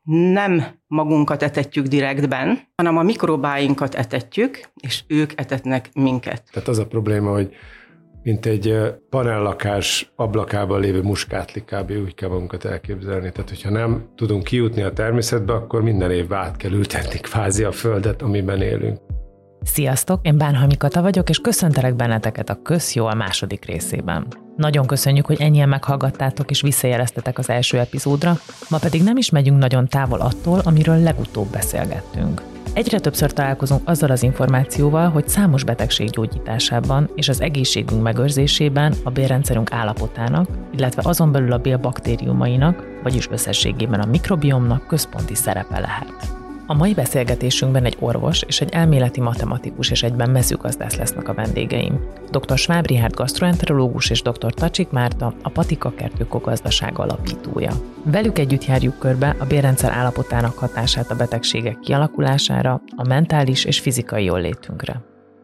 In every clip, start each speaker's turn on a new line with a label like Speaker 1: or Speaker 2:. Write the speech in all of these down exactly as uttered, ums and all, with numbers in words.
Speaker 1: nem magunkat etetjük direktben, hanem a mikrobáinkat etetjük, és ők etetnek minket.
Speaker 2: Tehát az a probléma, hogy mint egy panellakás ablakában lévő muskátli, kb. Úgy kell magunkat elképzelni. Tehát, hogyha nem tudunk kijutni a természetbe, akkor minden évben át kell ültetni kvázi a földet, amiben élünk.
Speaker 3: Sziasztok, én Bánhalmi Kata vagyok, és köszöntelek benneteket a Közjó a második részében. Nagyon köszönjük, hogy ennyien meghallgattátok és visszajeleztetek az első epizódra, ma pedig nem is megyünk nagyon távol attól, amiről legutóbb beszélgettünk. Egyre többször találkozunk azzal az információval, hogy számos betegség gyógyításában és az egészségünk megőrzésében a bélrendszerünk állapotának, illetve azon belül a bélbaktériumainak, vagyis összességében a mikrobiomnak központi szerepe lehet. A mai beszélgetésünkben egy orvos és egy elméleti matematikus és egyben mezőgazdász lesznek a vendégeim. doktor Schwab Richárd gasztroenterológus és doktor Tacsik Márta, a Patika Kert Ökogazdaság alapítója. Velük együtt járjuk körbe a bélrendszer állapotának hatását a betegségek kialakulására, a mentális és fizikai jóllétünkre.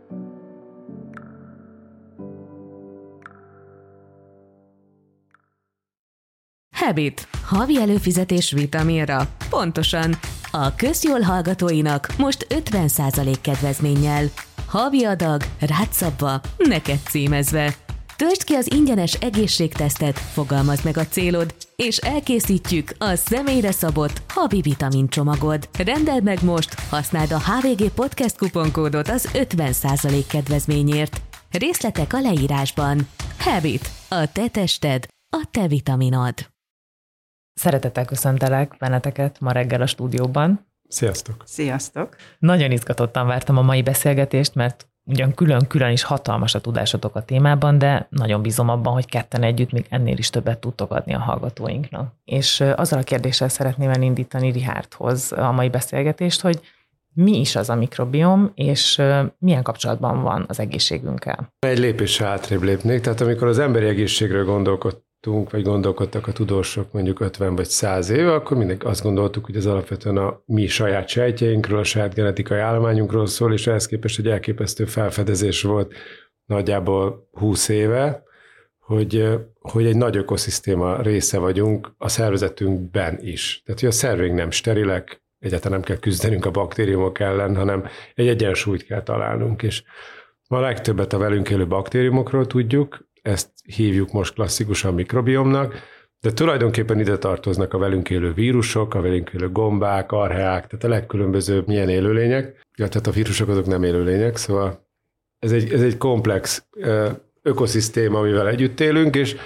Speaker 4: Habit. Havi előfizetés vitaminra. Pontosan. A Közjól hallgatóinak most ötven százalék kedvezménnyel. Havi adag, rád szabva, neked címezve. Töltsd ki az ingyenes egészségtesztet, fogalmazd meg a célod, és elkészítjük a személyre szabott havi vitamincsomagod. Rendeld meg most, használd a há vé gé Podcast kuponkódot az ötven százalék kedvezményért. Részletek a leírásban. Habit. A te tested, a te vitaminod.
Speaker 3: Szeretettel köszöntelek benneteket ma reggel a stúdióban.
Speaker 2: Sziasztok!
Speaker 1: Sziasztok!
Speaker 3: Nagyon izgatottan vártam a mai beszélgetést, mert ugyan külön-külön is hatalmas a tudásotok a témában, de nagyon bízom abban, hogy ketten együtt még ennél is többet tudtok adni a hallgatóinknak. És azzal a kérdéssel szeretném elindítani Richárdhoz a mai beszélgetést, hogy mi is az a mikrobiom, és milyen kapcsolatban van az egészségünkkel?
Speaker 2: Egy lépéssel hátrébb lépnék, tehát amikor az emberi egészségről gondolkodtunk, vagy gondolkodtak a tudósok mondjuk ötven vagy száz éve, akkor mindenki azt gondoltuk, hogy ez alapvetően a mi saját sejtjeinkről, a saját genetikai állományunkról szól, és ehhez képest egy elképesztő felfedezés volt nagyjából húsz éve, hogy, hogy egy nagy ökoszisztéma része vagyunk a szervezetünkben is. Tehát, hogy a szerveink nem sterilek, egyáltalán nem kell küzdenünk a baktériumok ellen, hanem egy egyensúlyt kell találnunk, és ma a legtöbbet a velünk élő baktériumokról tudjuk, ezt hívjuk most klasszikusan mikrobiomnak, de tulajdonképpen ide tartoznak a velünk élő vírusok, a velünk élő gombák, archeák, tehát a legkülönbözőbb milyen élőlények, ja, tehát a vírusok azok nem élőlények, szóval ez egy, ez egy komplex ökoszisztéma, amivel együtt élünk, és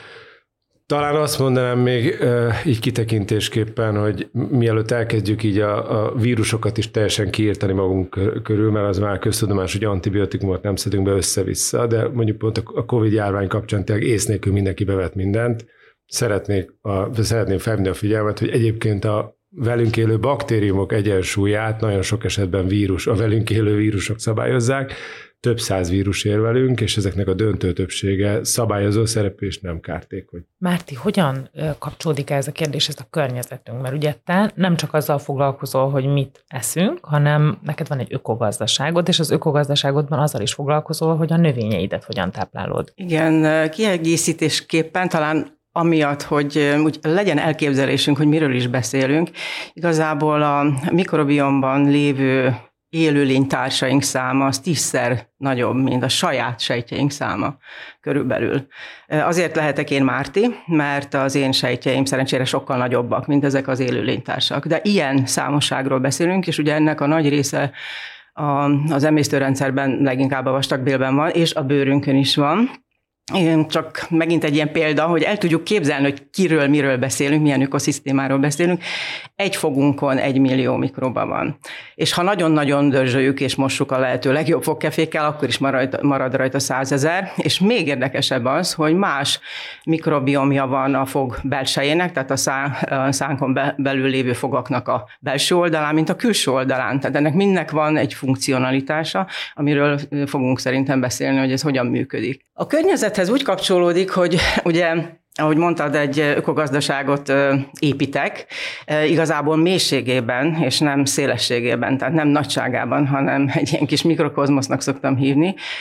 Speaker 2: talán azt mondanám még így kitekintésképpen, hogy mielőtt elkezdjük így a, a vírusokat is teljesen kiírtani magunk körül, mert az már köztudomás, hogy antibiotikumot nem szedünk be össze-vissza, de mondjuk pont a Covid járvány kapcsán tényleg ész nélkül mindenki bevet mindent. Szeretnék a, szeretném felvenni a figyelmet, hogy egyébként a velünk élő baktériumok egyensúlyát nagyon sok esetben vírus, a velünk élő vírusok szabályozzák, több száz vírus ér velünk, és ezeknek a döntő többsége szabályozó szerepű és nem kártékony.
Speaker 3: Márti, hogyan kapcsolódik ez a kérdéshez a környezetünk? Mert ugye te nem csak azzal foglalkozol, hogy mit eszünk, hanem neked van egy ökogazdaságod, és az ökogazdaságodban azzal is foglalkozol, hogy a növényeidet hogyan táplálod.
Speaker 1: Igen, kiegészítésképpen talán amiatt, hogy úgy legyen elképzelésünk, hogy miről is beszélünk, igazából a mikrobiomban lévő élőlénytársaink száma az tízszer nagyobb, mint a saját sejtjeink száma körülbelül. Azért lehetek én Márti, mert az én sejtjeim szerencsére sokkal nagyobbak, mint ezek az élőlénytársak. De ilyen számosságról beszélünk, és ugye ennek a nagy része a, az emésztőrendszerben, leginkább a vastagbélben van, és a bőrünkön is van. Csak megint egy ilyen példa, hogy el tudjuk képzelni, hogy kiről, miről beszélünk, milyen ökoszisztémáról beszélünk. Egy fogunkon egy millió mikroba van. És ha nagyon-nagyon dörzsöljük és mossuk a lehető legjobb fogkefékkel, akkor is marad, marad rajta százezer. És még érdekesebb az, hogy más mikrobiomja van a fog belsejének, tehát a, szá, a szánkon be, belül lévő fogaknak a belső oldalán, mint a külső oldalán. Tehát ennek mindnek van egy funkcionalitása, amiről fogunk szerintem beszélni, hogy ez hogyan működik. A környezethez úgy kapcsolódik, hogy ugye, ahogy mondtad, egy ökogazdaságot építek, igazából mélységében, és nem szélességében, tehát nem nagyságában, hanem egy ilyen kis mikrokozmosznak szoktam hívni.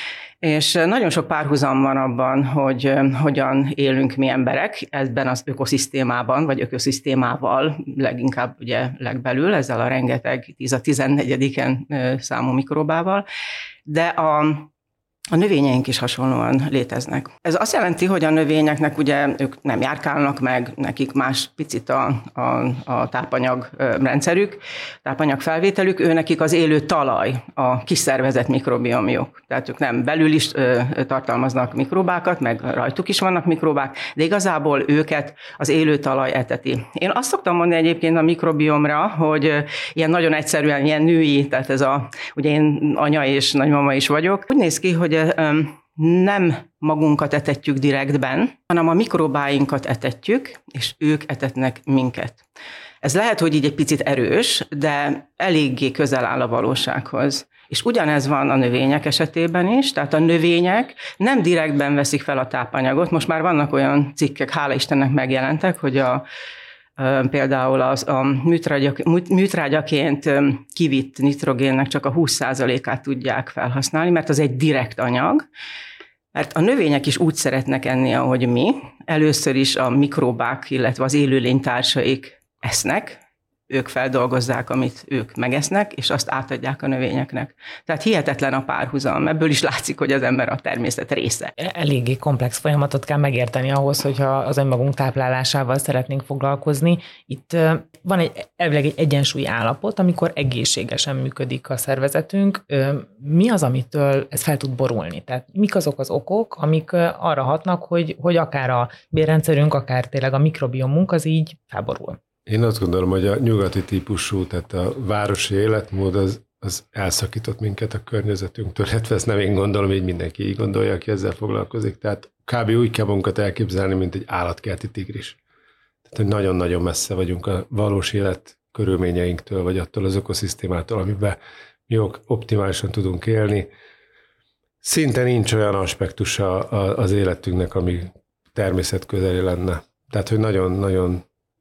Speaker 1: És nagyon sok párhuzam van abban, hogy hogyan élünk mi emberek ebben az ökoszisztémában, vagy ökoszisztémával, leginkább ugye legbelül, ezzel a rengeteg tíz a tizennegyediken számú mikrobával, de a A növényeink is hasonlóan léteznek. Ez azt jelenti, hogy a növényeknek ugye ők nem járkálnak meg, nekik más picit a, a, a tápanyag rendszerük, tápanyag felvételük, ő nekik az élő talaj, a kiszervezett mikrobiomjuk. Tehát ők nem belül is ö, tartalmaznak mikrobákat, meg rajtuk is vannak mikrobák, de igazából őket az élő talaj eteti. Én azt szoktam mondani egyébként a mikrobiomra, hogy ilyen nagyon egyszerűen, ilyen női, tehát ez a, ugye én anya és nagymama is vagyok, úgy néz ki, hogy nem magunkat etetjük direktben, hanem a mikrobáinkat etetjük, és ők etetnek minket. Ez lehet, hogy így egy picit erős, de eléggé közel áll a valósághoz. És ugyanez van a növények esetében is, tehát a növények nem direktben veszik fel a tápanyagot. Most már vannak olyan cikkek, hála Istennek megjelentek, hogy a például az, a műtrágyak, műtrágyaként kivitt nitrogénnek csak a húsz százalékát tudják felhasználni, mert az egy direkt anyag, mert a növények is úgy szeretnek enni, ahogy mi. Először is a mikrobák, illetve az élőlénytársaik esznek, ők feldolgozzák, amit ők megesznek, és azt átadják a növényeknek. Tehát hihetetlen a párhuzam. Ebből is látszik, hogy az ember a természet része.
Speaker 3: Eléggé komplex folyamatot kell megérteni ahhoz, hogyha az önmagunk táplálásával szeretnénk foglalkozni. Itt van egy, elvileg egy egyensúlyi állapot, amikor egészségesen működik a szervezetünk. Mi az, amitől ez fel tud borulni? Tehát mik azok az okok, amik arra hatnak, hogy, hogy akár a bélrendszerünk, akár tényleg a mikrobiomunk az így felborul?
Speaker 2: Én azt gondolom, hogy a nyugati típusú, tehát a városi életmód az, az elszakított minket a környezetünktől, illetve ezt nem én gondolom, így mindenki így gondolja, aki ezzel foglalkozik. Tehát kb. Úgy kell magunkat elképzelni, mint egy állatkerti tigris. Tehát, hogy nagyon-nagyon messze vagyunk a valós élet körülményeinktől, vagy attól az ökoszisztémától, amiben mi optimálisan tudunk élni. Szinte nincs olyan aspektusa az életünknek, ami természetközeli lenne. Tehát, hogy nagyon-nagyon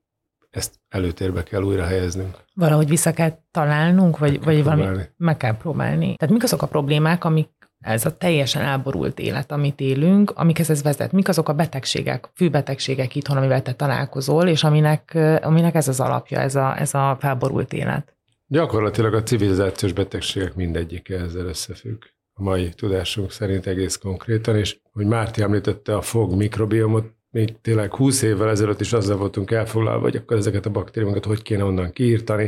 Speaker 2: ezt előtérbe kell újra helyeznünk.
Speaker 3: Valahogy vissza kell találnunk, vagy,
Speaker 2: meg kell
Speaker 3: vagy valami
Speaker 2: próbálni.
Speaker 3: Meg kell próbálni. Tehát mik azok a problémák, amik ez a teljesen elborult élet, amit élünk, amikhez ez vezet? Mik azok a betegségek, főbetegségek itthon, amivel te találkozol, és aminek, aminek ez az alapja, ez a, ez a felborult élet?
Speaker 2: Gyakorlatilag a civilizációs betegségek mindegyike ezzel összefügg. A mai tudásunk szerint egész konkrétan, és hogy Márti említette a fog mikrobiomot, még tényleg húsz évvel ezelőtt is azzal voltunk elfoglalva, hogy akkor ezeket a baktériumokat hogy kéne onnan kiírtani.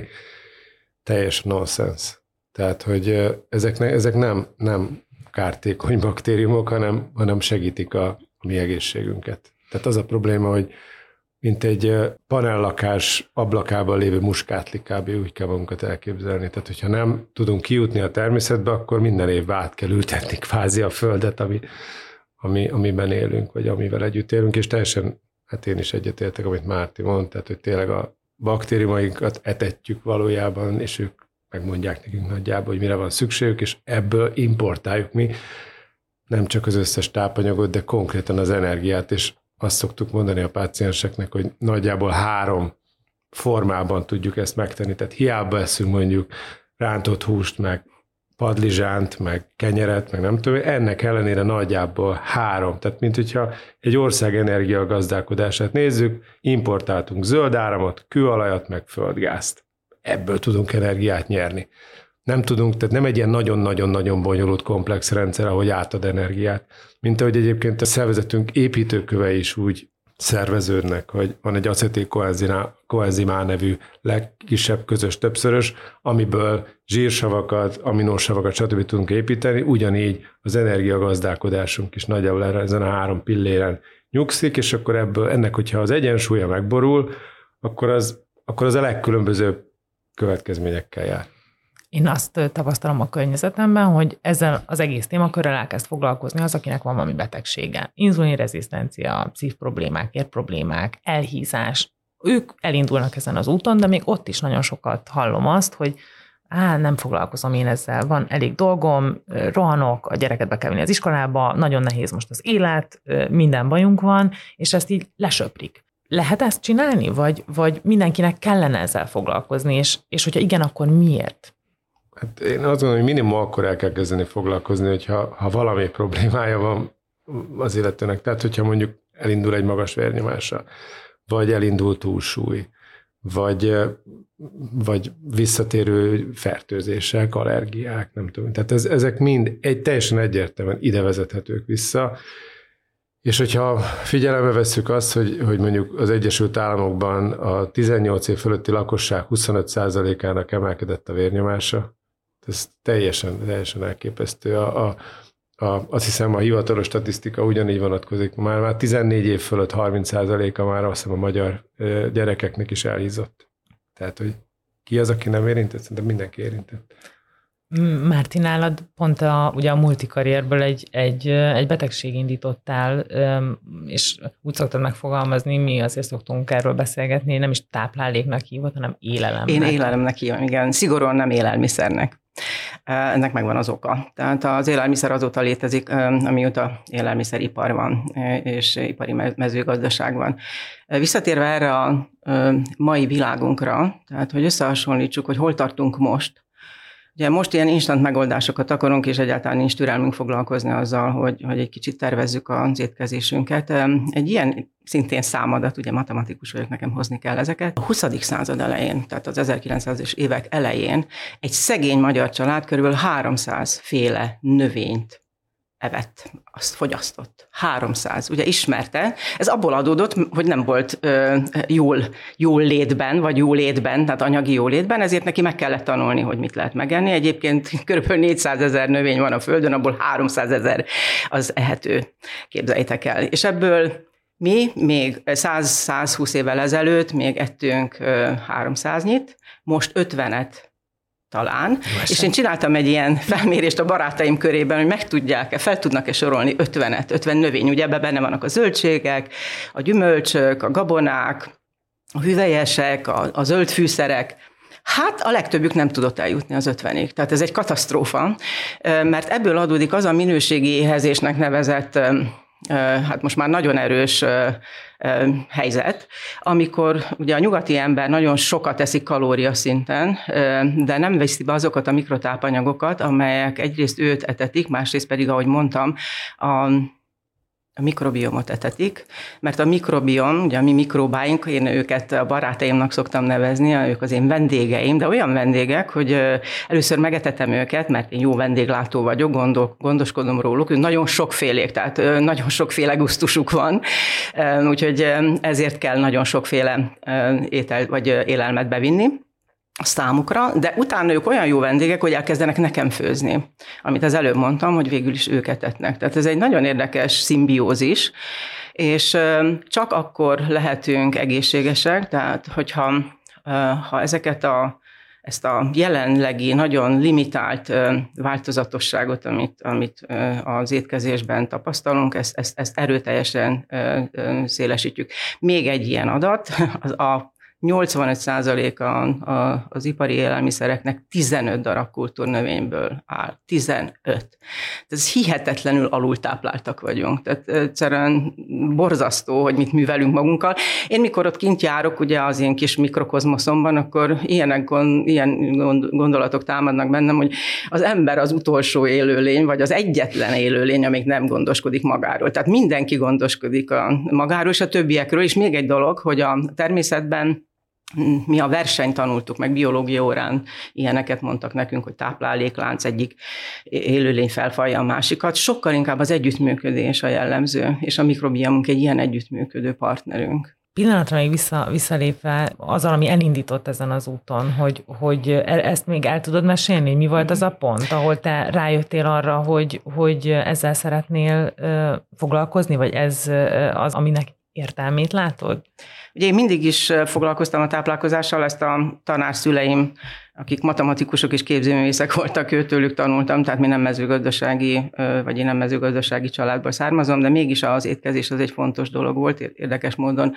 Speaker 2: Teljes nonsens. Tehát, hogy ezek, ne, ezek nem, nem kártékony baktériumok, hanem, hanem segítik a, a mi egészségünket. Tehát az a probléma, hogy mint egy panellakás ablakában lévő muskátli, kb. Úgy kell magunkat elképzelni. Tehát, hogyha nem tudunk kijutni a természetbe, akkor minden évben át kell ültetni kvázi a földet, ami Ami, amiben élünk, vagy amivel együtt élünk, és teljesen, hát én is egyetértek, amit Márti mond, tehát, hogy tényleg a baktériumainkat etetjük valójában, és ők megmondják nekünk nagyjából, hogy mire van szükségük, és ebből importáljuk mi nem csak az összes tápanyagot, de konkrétan az energiát, és azt szoktuk mondani a pácienseknek, hogy nagyjából három formában tudjuk ezt megtenni, tehát hiába eszünk mondjuk rántott húst, meg padlizsánt, meg kenyeret, meg nem tudom, ennek ellenére nagyjából három. Tehát, mint hogyha egy ország energiagazdálkodását nézzük, importáltunk zöld áramot, kőolajat, meg földgázt. Ebből tudunk energiát nyerni. Nem tudunk, tehát nem egy ilyen nagyon-nagyon-nagyon bonyolult komplex rendszer, ahogy átad energiát, mint ahogy egyébként a szervezetünk építőkövei is úgy szerveződnek, hogy van egy acetil-koenzimá nevű legkisebb közös többszörös, amiből zsírsavakat, aminósavakat, stb. Tudunk építeni, ugyanígy az energiagazdálkodásunk is nagyjából ezen a három pilléren nyugszik, és akkor ebből ennek, hogyha az egyensúlya megborul, akkor az, akkor az a legkülönbözőbb következményekkel jár.
Speaker 3: Én azt tapasztalom a környezetemben, hogy ezzel az egész témakörrel elkezd foglalkozni az, akinek van valami betegsége. Inzulinrezisztencia, szívproblémák, érproblémák, elhízás. Ők elindulnak ezen az úton, de még ott is nagyon sokat hallom azt, hogy á, nem foglalkozom én ezzel, van elég dolgom, rohanok, a gyereket be kell vinni az iskolába, nagyon nehéz most az élet, minden bajunk van, és ezt így lesöprik. Lehet ezt csinálni, vagy, vagy mindenkinek kellene ezzel foglalkozni, és, és hogyha igen, akkor miért?
Speaker 2: Hát én azt gondolom, hogy minimum akkor el kell kezdeni foglalkozni, hogyha ha valami problémája van az illetőnek. Tehát, hogyha mondjuk elindul egy magas vérnyomása, vagy elindul túlsúly, vagy, vagy visszatérő fertőzések, allergiák, nem tudom. Tehát ez, ezek mind egy teljesen egyértelműen ide vezethetők vissza, és hogyha figyelembe vesszük azt, hogy, hogy mondjuk az Egyesült Államokban a tizennyolc év fölötti lakosság huszonöt százalékának emelkedett a vérnyomása, ez teljesen, teljesen elképesztő. A, a, a, azt hiszem a hivatalos statisztika ugyanígy vonatkozik. Már, már tizennégy év fölött harminc százaléka már azt hiszem a magyar gyerekeknek is elhízott. Tehát, hogy ki az, aki nem érintett? Szerintem mindenki érintett.
Speaker 3: Márti, nálad pont a, ugye a multikarrierből egy, egy, egy betegség indítottál, és úgy szoktad megfogalmazni, mi azért szoktunk erről beszélgetni, nem is tápláléknak hívott, hanem élelemnek.
Speaker 1: Én élelemnek hívom, igen. Szigorúan nem élelmiszernek. Ennek megvan az oka. Tehát az élelmiszer azóta létezik, amióta élelmiszeripar van, és ipari mezőgazdaság van. Visszatérve erre a mai világunkra, tehát hogy összehasonlítsuk, hogy hol tartunk most. Ugye most ilyen instant megoldásokat akarunk, és egyáltalán nincs türelmünk foglalkozni azzal, hogy, hogy egy kicsit tervezzük az étkezésünket. Egy ilyen szintén számadat, ugye matematikus vagyok, nekem hozni kell ezeket. A huszadik század elején, tehát az ezerkilencszázas évek elején egy szegény magyar család körülbelül háromszáz féle növényt evett, azt fogyasztott. háromszáz, ugye ismerte. Ez abból adódott, hogy nem volt ö, jól, jól létben, vagy jól létben, tehát anyagi jól létben, ezért neki meg kellett tanulni, hogy mit lehet megenni. Egyébként kb. négyszázezer növény van a földön, abból háromszázezer az ehető, képzeljétek el. És ebből mi még száz-százhúsz évvel ezelőtt még ettünk háromszáznyit, most ötvenet talán, Jó, és én csináltam egy ilyen felmérést a barátaim körében, hogy meg tudják-e, fel tudnak-e sorolni ötvenet, ötven növény, ugye ebben benne vannak a zöldségek, a gyümölcsök, a gabonák, a hüvelyesek, a, a zöld fűszerek. Hát a legtöbbük nem tudott eljutni az ötvenig. Tehát ez egy katasztrófa, mert ebből adódik az a minőségi éhezésnek nevezett, hát most már nagyon erős helyzet, amikor ugye a nyugati ember nagyon sokat eszik kalória szinten, de nem veszi be azokat a mikrotápanyagokat, amelyek egyrészt őt etetik, másrészt pedig, ahogy mondtam, a a mikrobiomot etetik, mert a mikrobiom, ugye a mi mikrobáink, én őket a barátaimnak szoktam nevezni, ők az én vendégeim, de olyan vendégek, hogy először megetetem őket, mert én jó vendéglátó vagyok, gondol, gondoskodom róluk, nagyon sokfélék, tehát nagyon sokféle gusztusuk van, úgyhogy ezért kell nagyon sokféle étel vagy élelmet bevinni a számukra, de utána ők olyan jó vendégek, hogy elkezdenek nekem főzni, amit az előbb mondtam, hogy végül is őket etnek. Tehát ez egy nagyon érdekes szimbiózis, és csak akkor lehetünk egészségesek, tehát hogyha ha ezeket a, ezt a jelenlegi, nagyon limitált változatosságot, amit, amit az étkezésben tapasztalunk, ezt, ezt, ezt erőteljesen szélesítjük. Még egy ilyen adat, az a nyolcvanöt százaléka az ipari élelmiszereknek tizenöt darab kultúrnövényből áll. tizenöt. Ez hihetetlenül alultápláltak vagyunk. Tehát egyszerűen borzasztó, hogy mit művelünk magunkkal. Én mikor ott kint járok, ugye az én kis mikrokozmoszomban, akkor ilyenek, ilyen gondolatok támadnak bennem, hogy az ember az utolsó élőlény, vagy az egyetlen élőlény, amíg nem gondoskodik magáról. Tehát mindenki gondoskodik a magáról és a többiekről. És még egy dolog, hogy a természetben mi a versenyt tanultuk, meg biológia órán ilyeneket mondtak nekünk, hogy tápláléklánc, egyik élőlény felfalja a másikat. Sokkal inkább az együttműködés a jellemző, és a mikrobiomunk egy ilyen együttműködő partnerünk.
Speaker 3: Pillanatra még vissza, visszalépve azzal, ami elindított ezen az úton, hogy, hogy ezt még el tudod mesélni? Mi volt az a pont, ahol te rájöttél arra, hogy, hogy ezzel szeretnél foglalkozni, vagy ez az, aminek értelmét látod?
Speaker 1: Ugye én mindig is foglalkoztam a táplálkozással, ezt a tanárszüleim, akik matematikusok és képzőművészek voltak, őtőlük tanultam, tehát mi nem mezőgazdasági, vagy én nem mezőgazdasági családból származom, de mégis az étkezés az egy fontos dolog volt, érdekes módon,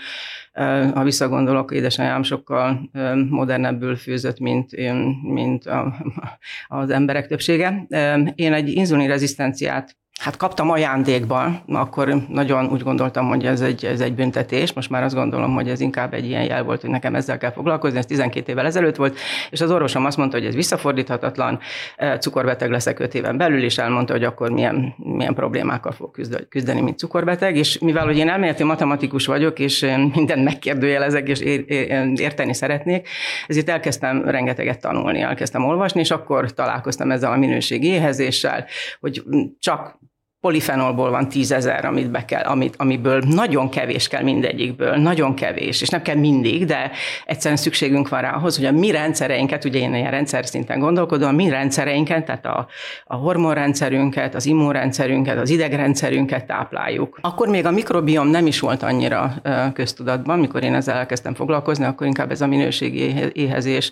Speaker 1: ha visszagondolok, édesanyám sokkal modernebbül főzött, mint, mint a, az emberek többsége. Én egy inzulinrezisztenciát Hát kaptam ajándékban, akkor nagyon úgy gondoltam, hogy ez egy, ez egy büntetés, most már azt gondolom, hogy ez inkább egy ilyen jel volt, hogy nekem ezzel kell foglalkozni, ez tizenkét évvel ezelőtt volt, és az orvosom azt mondta, hogy ez visszafordíthatatlan, cukorbeteg leszek öt éven belül, és elmondta, hogy akkor milyen, milyen problémákkal fog küzdeni, mint cukorbeteg, és mivel, hogy én elméleti matematikus vagyok, és mindent megkérdőjelezek, és érteni szeretnék, ezért elkezdtem rengeteget tanulni, elkezdtem olvasni, és akkor találkoztam ezzel a minőségi éhezéssel, hogy csak polifenolból van tízezer, amit be kell, amit, amiből nagyon kevés kell mindegyikből, nagyon kevés, és nem kell mindig, de egyszerűen szükségünk van rá ahhoz, hogy a mi rendszereinket, ugye én ilyen rendszer szinten gondolkodom, a mi rendszereinket, tehát a, a hormonrendszerünket, az immunrendszerünket, az idegrendszerünket tápláljuk. Akkor még a mikrobiom nem is volt annyira köztudatban, mikor én ezzel elkezdtem foglalkozni, akkor inkább ez a minőségi éhezés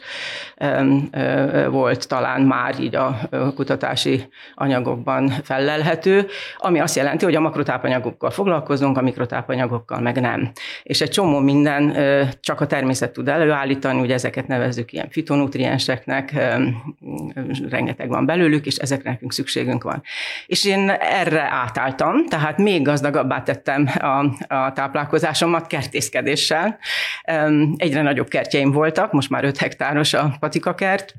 Speaker 1: volt talán már így a kutatási anyagokban fellelhető, ami azt jelenti, hogy a makrotápanyagokkal foglalkozunk, a mikrotápanyagokkal meg nem. És egy csomó minden csak a természet tud előállítani, ugye ezeket nevezzük ilyen fitonutrienseknek, rengeteg van belőlük, és ezekre nekünk szükségünk van. És én erre átálltam, tehát még gazdagabbá tettem a, a táplálkozásomat kertészkedéssel. Egyre nagyobb kertjeim voltak, most már öt hektáros a patikakert,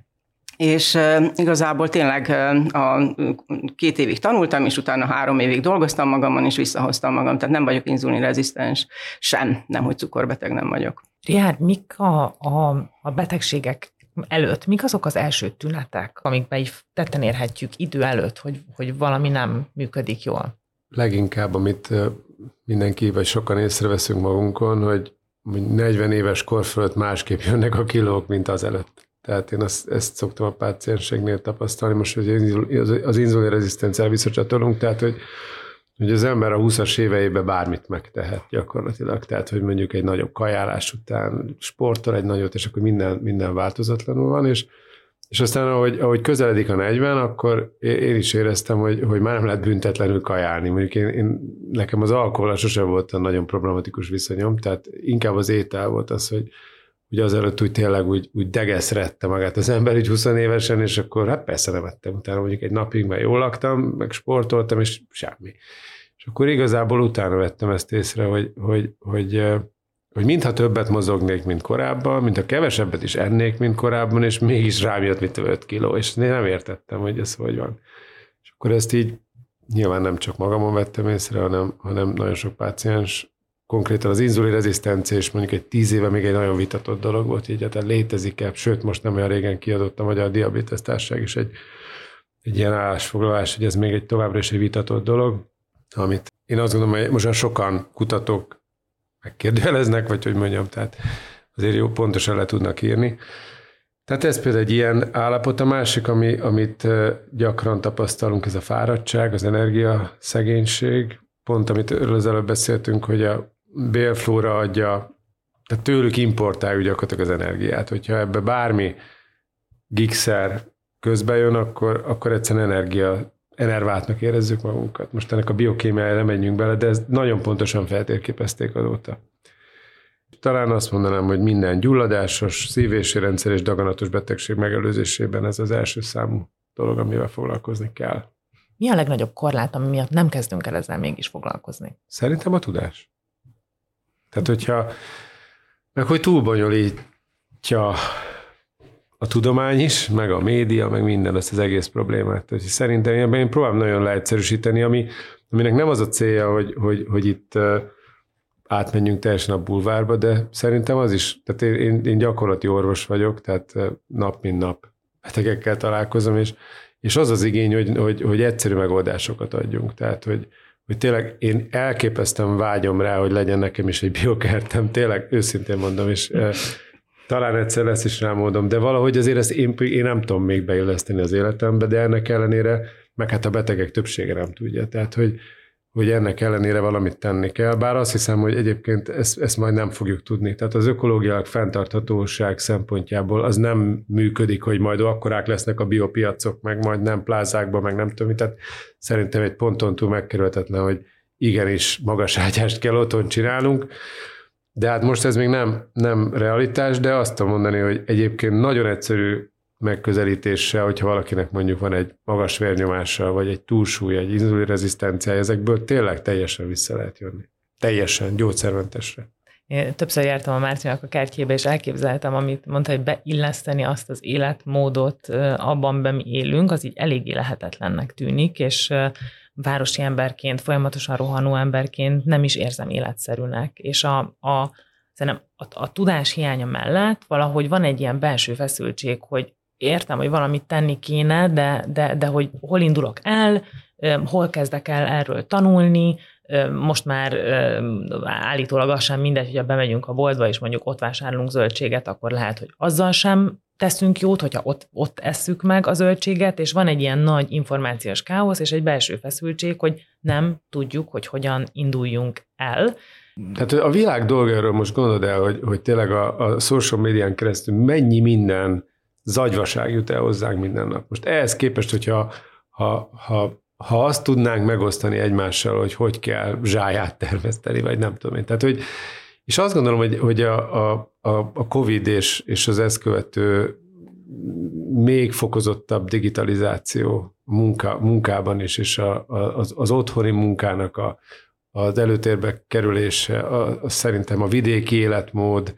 Speaker 1: és igazából tényleg a két évig tanultam, és utána három évig dolgoztam magamon, és visszahoztam magam. Tehát nem vagyok inzulinrezisztens sem, nem, hogy cukorbeteg nem vagyok.
Speaker 3: Richárd, mik a, a, a betegségek előtt, mik azok az első tünetek, amikben így tetten érhetjük idő előtt, hogy, hogy valami nem működik jól?
Speaker 2: Leginkább, amit mindenki, vagy sokan észreveszünk magunkon, hogy negyven éves kor fölött másképp jönnek a kilók, mint az előtt. Tehát én azt, ezt szoktam a pácienseknél tapasztalni, most, hogy az inzulinrezisztenciára visszacsatolunk, tehát, hogy, hogy az ember a húszas éveiben bármit megtehet gyakorlatilag, tehát, hogy mondjuk egy nagyobb kajálás után sportol egy nagyot, és akkor minden, minden változatlanul van, és, és aztán, ahogy, ahogy közeledik a negyven, akkor én is éreztem, hogy, hogy már nem lehet büntetlenül kajálni. Mondjuk én, én, nekem az alkohollal sose volt a nagyon problematikus viszonyom, tehát inkább az étel volt az, hogy ugye azelőtt úgy tényleg úgy, úgy degeszredte magát az ember így húsz évesen, és akkor hát persze nem ettem. Utána mondjuk egy napig, mert jól laktam, meg sportoltam, és semmi. És akkor igazából utána vettem ezt észre, hogy, hogy, hogy, hogy mintha többet mozognék, mint korábban, mintha kevesebbet is ennék, mint korábban, és mégis rám jött, mint öt kiló, és én nem értettem, hogy ez hogy van. És akkor ezt így nyilván nem csak magamon vettem észre, hanem, hanem nagyon sok páciens, konkrétan az inzulinrezisztencia, és mondjuk egy tíz éve még egy nagyon vitatott dolog volt, így hát létezik-e, sőt most nem olyan régen kiadott a Magyar Diabétesz Társaság is egy, egy ilyen állásfoglalás, hogy ez még egy továbbra is egy vitatott dolog, amit én azt gondolom, hogy most sokan kutatók megkérdőjeleznek, vagy hogy mondjam, tehát azért jó pontosan le tudnak írni. Tehát ez például egy ilyen állapot. A másik, ami, amit gyakran tapasztalunk, ez a fáradtság, az energiaszegénység, pont amit az előbb beszéltünk, hogy a bélflóra adja, tehát tőlük importáljuk gyakorlatilag az energiát. Hogyha ebbe bármi gigszer közbe jön, akkor, akkor egyszerűen energia, enerváltnak érezzük magunkat. Most ennek a biokémiájára nem menjünk bele, de ezt nagyon pontosan feltérképezték azóta. Talán azt mondanám, hogy minden gyulladásos, szívési rendszer és daganatos betegség megelőzésében ez az első számú dolog, amivel foglalkozni kell.
Speaker 3: Mi a legnagyobb korlát, ami miatt nem kezdünk el ezzel mégis foglalkozni?
Speaker 2: Szerintem a tudás. Tehát, hogyha meg hogy túl bonyolítja a tudomány is, meg a média, meg minden ezt az egész problémát. Tehát, szerintem én próbálom nagyon leegyszerűsíteni, ami, aminek nem az a célja, hogy, hogy, hogy itt uh, átmenjünk teljesen a bulvárba, de szerintem az is, tehát én, én, én gyakorlati orvos vagyok, tehát uh, nap mint nap betegekkel találkozom, és És az az igény, hogy, hogy, hogy egyszerű megoldásokat adjunk. Tehát, hogy, hogy tényleg én elképesztően vágyom rá, hogy legyen nekem is egy biokertem, tényleg őszintén mondom, és e, talán egyszer lesz is rá módom, de valahogy azért ezt én, én nem tudom még beilleszteni az életembe, de ennek ellenére, meg hát a betegek többsége nem tudja. Tehát, hogy, hogy ennek ellenére valamit tenni kell, bár azt hiszem, hogy egyébként ezt, ezt majd nem fogjuk tudni. Tehát az ökológiai fenntarthatóság szempontjából az nem működik, hogy majd akkorák lesznek a biopiacok, meg majd nem plázákban, meg nem tudom, tehát szerintem egy ponton túl megkerülhetetlen, hogy igenis magas ágyást kell otthon csinálnunk, de hát most ez még nem, nem realitás, de azt tudom mondani, hogy egyébként nagyon egyszerű megközelítéssel, hogyha valakinek mondjuk van egy magas vérnyomása, vagy egy túlsúly, egy inzulinrezisztenciája, ezekből tényleg teljesen vissza lehet jönni. Teljesen, gyógyszermentesre.
Speaker 3: Én többször jártam a Márcinak a kertjébe, és elképzeltem, amit mondta, hogy beilleszteni azt az életmódot abban, amiben mi élünk, az így eléggé lehetetlennek tűnik, és városi emberként, folyamatosan rohanó emberként nem is érzem életszerűnek. És a, a, szerintem a, a tudás hiánya mellett valahogy van egy ilyen belső feszültség, hogy értem, hogy valamit tenni kéne, de, de, de hogy hol indulok el, hol kezdek el erről tanulni. Most már állítólag az sem mindegy, hogyha bemegyünk a boltba, és mondjuk ott vásárolunk zöldséget, akkor lehet, hogy azzal sem teszünk jót, hogyha ott, ott esszük meg a zöldséget, és van egy ilyen nagy információs káosz, és egy belső feszültség, hogy nem tudjuk, hogy hogyan induljunk el.
Speaker 2: Tehát a világ dolgáról most gondolod el, hogy, hogy tényleg a, a social médián keresztül mennyi minden zagyvaság jut el hozzánk minden nap. Most ehhez képest, hogyha ha, ha, ha azt tudnánk megosztani egymással, hogy hogy kell zsáját termeszteni, vagy nem tudom én. Tehát, hogy, és azt gondolom, hogy, hogy a, a, a Covid és, és az ezt követő még fokozottabb digitalizáció munka, munkában is, és a, a, az, az otthoni munkának a, az előtérbe kerülése, a, a, szerintem a vidéki életmód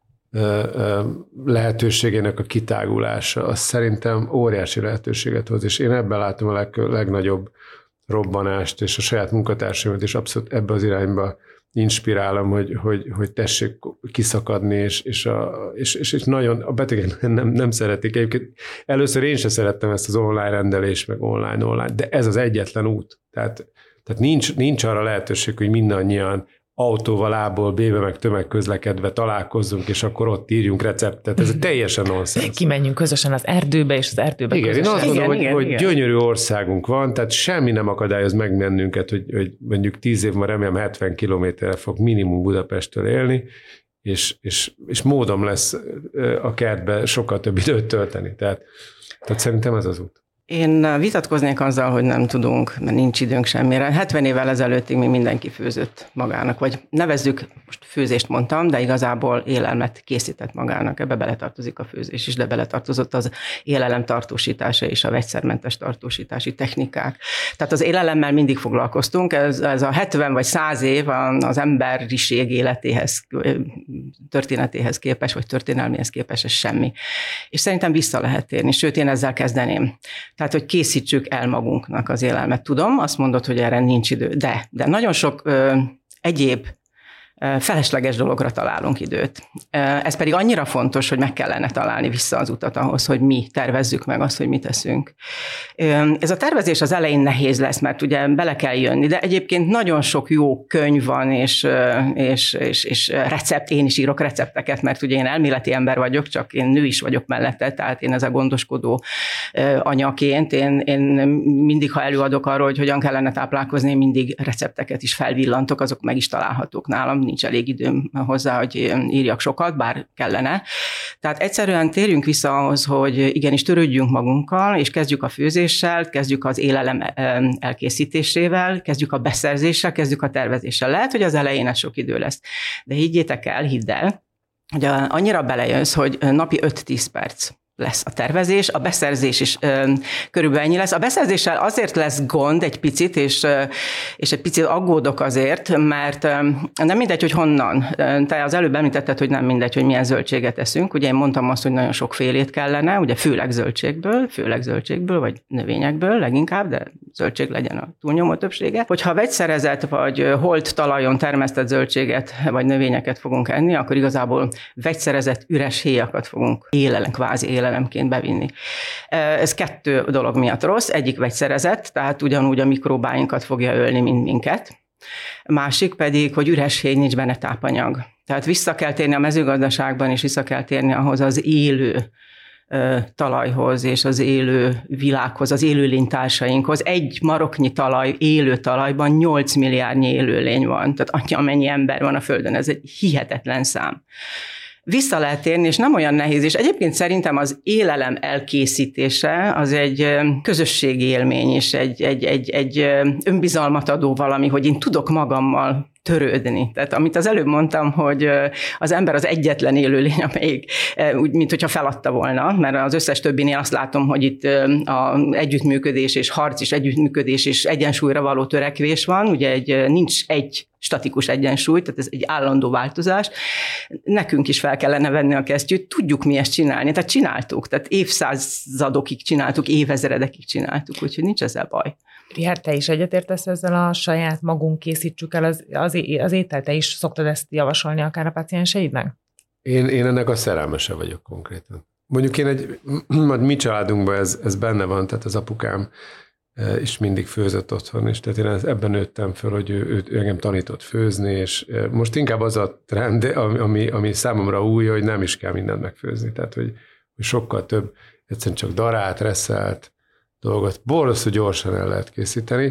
Speaker 2: lehetőségének a kitágulása, az szerintem óriási lehetőséget hoz, és én ebben látom a leg, legnagyobb robbanást, és a saját munkatársaimat is abszolút ebbe az irányba inspirálom, hogy, hogy, hogy tessék kiszakadni, és, és, a, és, és, és nagyon a betegek nem, nem szeretik. Egyébként először én sem szerettem ezt az online rendelést, meg online, online, de ez az egyetlen út. Tehát, tehát nincs, nincs arra lehetőség, hogy mindannyian autóval A-ból B-be meg tömegközlekedve találkozzunk, és akkor ott írjunk receptet. Ez teljesen nonsens.
Speaker 3: Kimenjünk közösen az erdőbe, és az erdőbe
Speaker 2: igen,
Speaker 3: közösen.
Speaker 2: Én azt gondolom,
Speaker 1: igen,
Speaker 2: hogy,
Speaker 1: igen,
Speaker 2: hogy
Speaker 1: igen.
Speaker 2: gyönyörű országunk van, tehát semmi nem akadályoz meg bennünket, hogy, hogy mondjuk tíz év már remélem hetven kilométerre fog minimum Budapesttől élni, és, és, és módom lesz a kertbe sokkal több időt tölteni. Tehát, tehát szerintem ez az út.
Speaker 1: Én vitatkoznék azzal, hogy nem tudunk, mert nincs időnk semmire. hetven évvel ezelőttig még mindenki főzött magának, vagy nevezzük, most főzést mondtam, de igazából élelmet készített magának. Ebbe beletartozik a főzés is, de beletartozott az élelem tartósítása és a vegyszermentes tartósítási technikák. Tehát az élelemmel mindig foglalkoztunk, ez, ez a hetven vagy száz év az emberiség életéhez, történetéhez képes, vagy történelméhez képes, ez semmi. És szerintem vissza lehet térni, sőt én ezzel kezdeném. Tehát, hogy készítsük el magunknak az élelmet. Tudom, azt mondod, hogy erre nincs idő, de, de nagyon sok ö, egyéb ö, felesleges dologra találunk időt. Ez pedig annyira fontos, hogy meg kellene találni vissza az utat ahhoz, hogy mi tervezzük meg azt, hogy mit teszünk. Ez a tervezés az elején nehéz lesz, mert ugye bele kell jönni, de egyébként nagyon sok jó könyv van, és, és, és, és recept, én is írok recepteket, mert ugye én elméleti ember vagyok, csak én nő is vagyok mellette, tehát én ez a gondoskodó anyaként, én, én mindig, ha előadok arról, hogy hogyan kellene táplálkozni, én mindig recepteket is felvillantok, azok meg is találhatók nálam, nincs elég időm hozzá, hogy írjak sokat, bár kellene. Tehát egyszerűen térjünk vissza ahhoz, hogy igenis törődjünk magunkkal, és kezdjük a főzéssel, kezdjük az élelem elkészítésével, kezdjük a beszerzéssel, kezdjük a tervezéssel. Lehet, hogy az elején ez sok idő lesz, de higgyétek el, hidd el, hogy annyira belejössz, hogy napi öt-tíz perc lesz a tervezés, a beszerzés is ö, körülbelül ennyi lesz. A beszerzéssel azért lesz gond egy picit, és, ö, és egy picit aggódok azért, mert ö, nem mindegy, hogy honnan. Te az előbb említetted, hogy nem mindegy, hogy milyen zöldséget eszünk. Ugye én mondtam azt, hogy nagyon sok félét kellene, ugye főleg zöldségből, főleg zöldségből, vagy növényekből leginkább, de zöldség legyen a túlnyomó többsége. Hogyha vegyszerezett vagy holt talajon termesztett zöldséget vagy növényeket fogunk enni, akkor igazából vegyszerezett üres héjakat fogunk élelen, kvázi élelen élelemként bevinni. Ez kettő dolog miatt rossz. Egyik vegyszerezett, tehát ugyanúgy a mikrobáinkat fogja ölni, mint minket. Másik pedig, hogy üres héj, nincs benne tápanyag. Tehát vissza kell térni a mezőgazdaságban, és vissza kell térni ahhoz az élő talajhoz, és az élő világhoz, az élőlénytársainkhoz. Egy maroknyi talaj, élő talajban nyolc milliárdnyi élőlény van. Tehát annyi, amennyi ember van a Földön. Ez egy hihetetlen szám. Vissza lehet térni, és nem olyan nehéz, és egyébként szerintem az élelem elkészítése az egy közösségi élmény, és egy, egy, egy, egy önbizalmat adó valami, hogy én tudok magammal törődni. Tehát amit az előbb mondtam, hogy az ember az egyetlen élőlény, amelyik úgy, mint hogyha feladta volna, mert az összes többinél azt látom, hogy itt a együttműködés és harc és együttműködés és egyensúlyra való törekvés van, ugye egy, nincs egy statikus egyensúly, tehát ez egy állandó változás. Nekünk is fel kellene venni a kesztyűt, tudjuk mi ezt csinálni, tehát csináltuk, tehát évszázadokig csináltuk, évezredekig csináltuk, úgyhogy nincs ezzel baj.
Speaker 3: Richárd, te is egyetértesz ezzel a saját magunk készítsük el az, az, az ételt, te is szoktad ezt javasolni akár a pácienseidnek?
Speaker 2: Én, én ennek a szerelmese vagyok konkrétan. Mondjuk én egy, mi családunkban ez, ez benne van, tehát az apukám és mindig főzött otthon, és tehát én ebben nőttem föl, hogy ő, ő, ő engem tanított főzni, és most inkább az a trend, ami, ami számomra új, hogy nem is kell mindent megfőzni, tehát hogy, hogy sokkal több, egyszerűen csak darált, reszelt dolgot borzasztó gyorsan el lehet készíteni,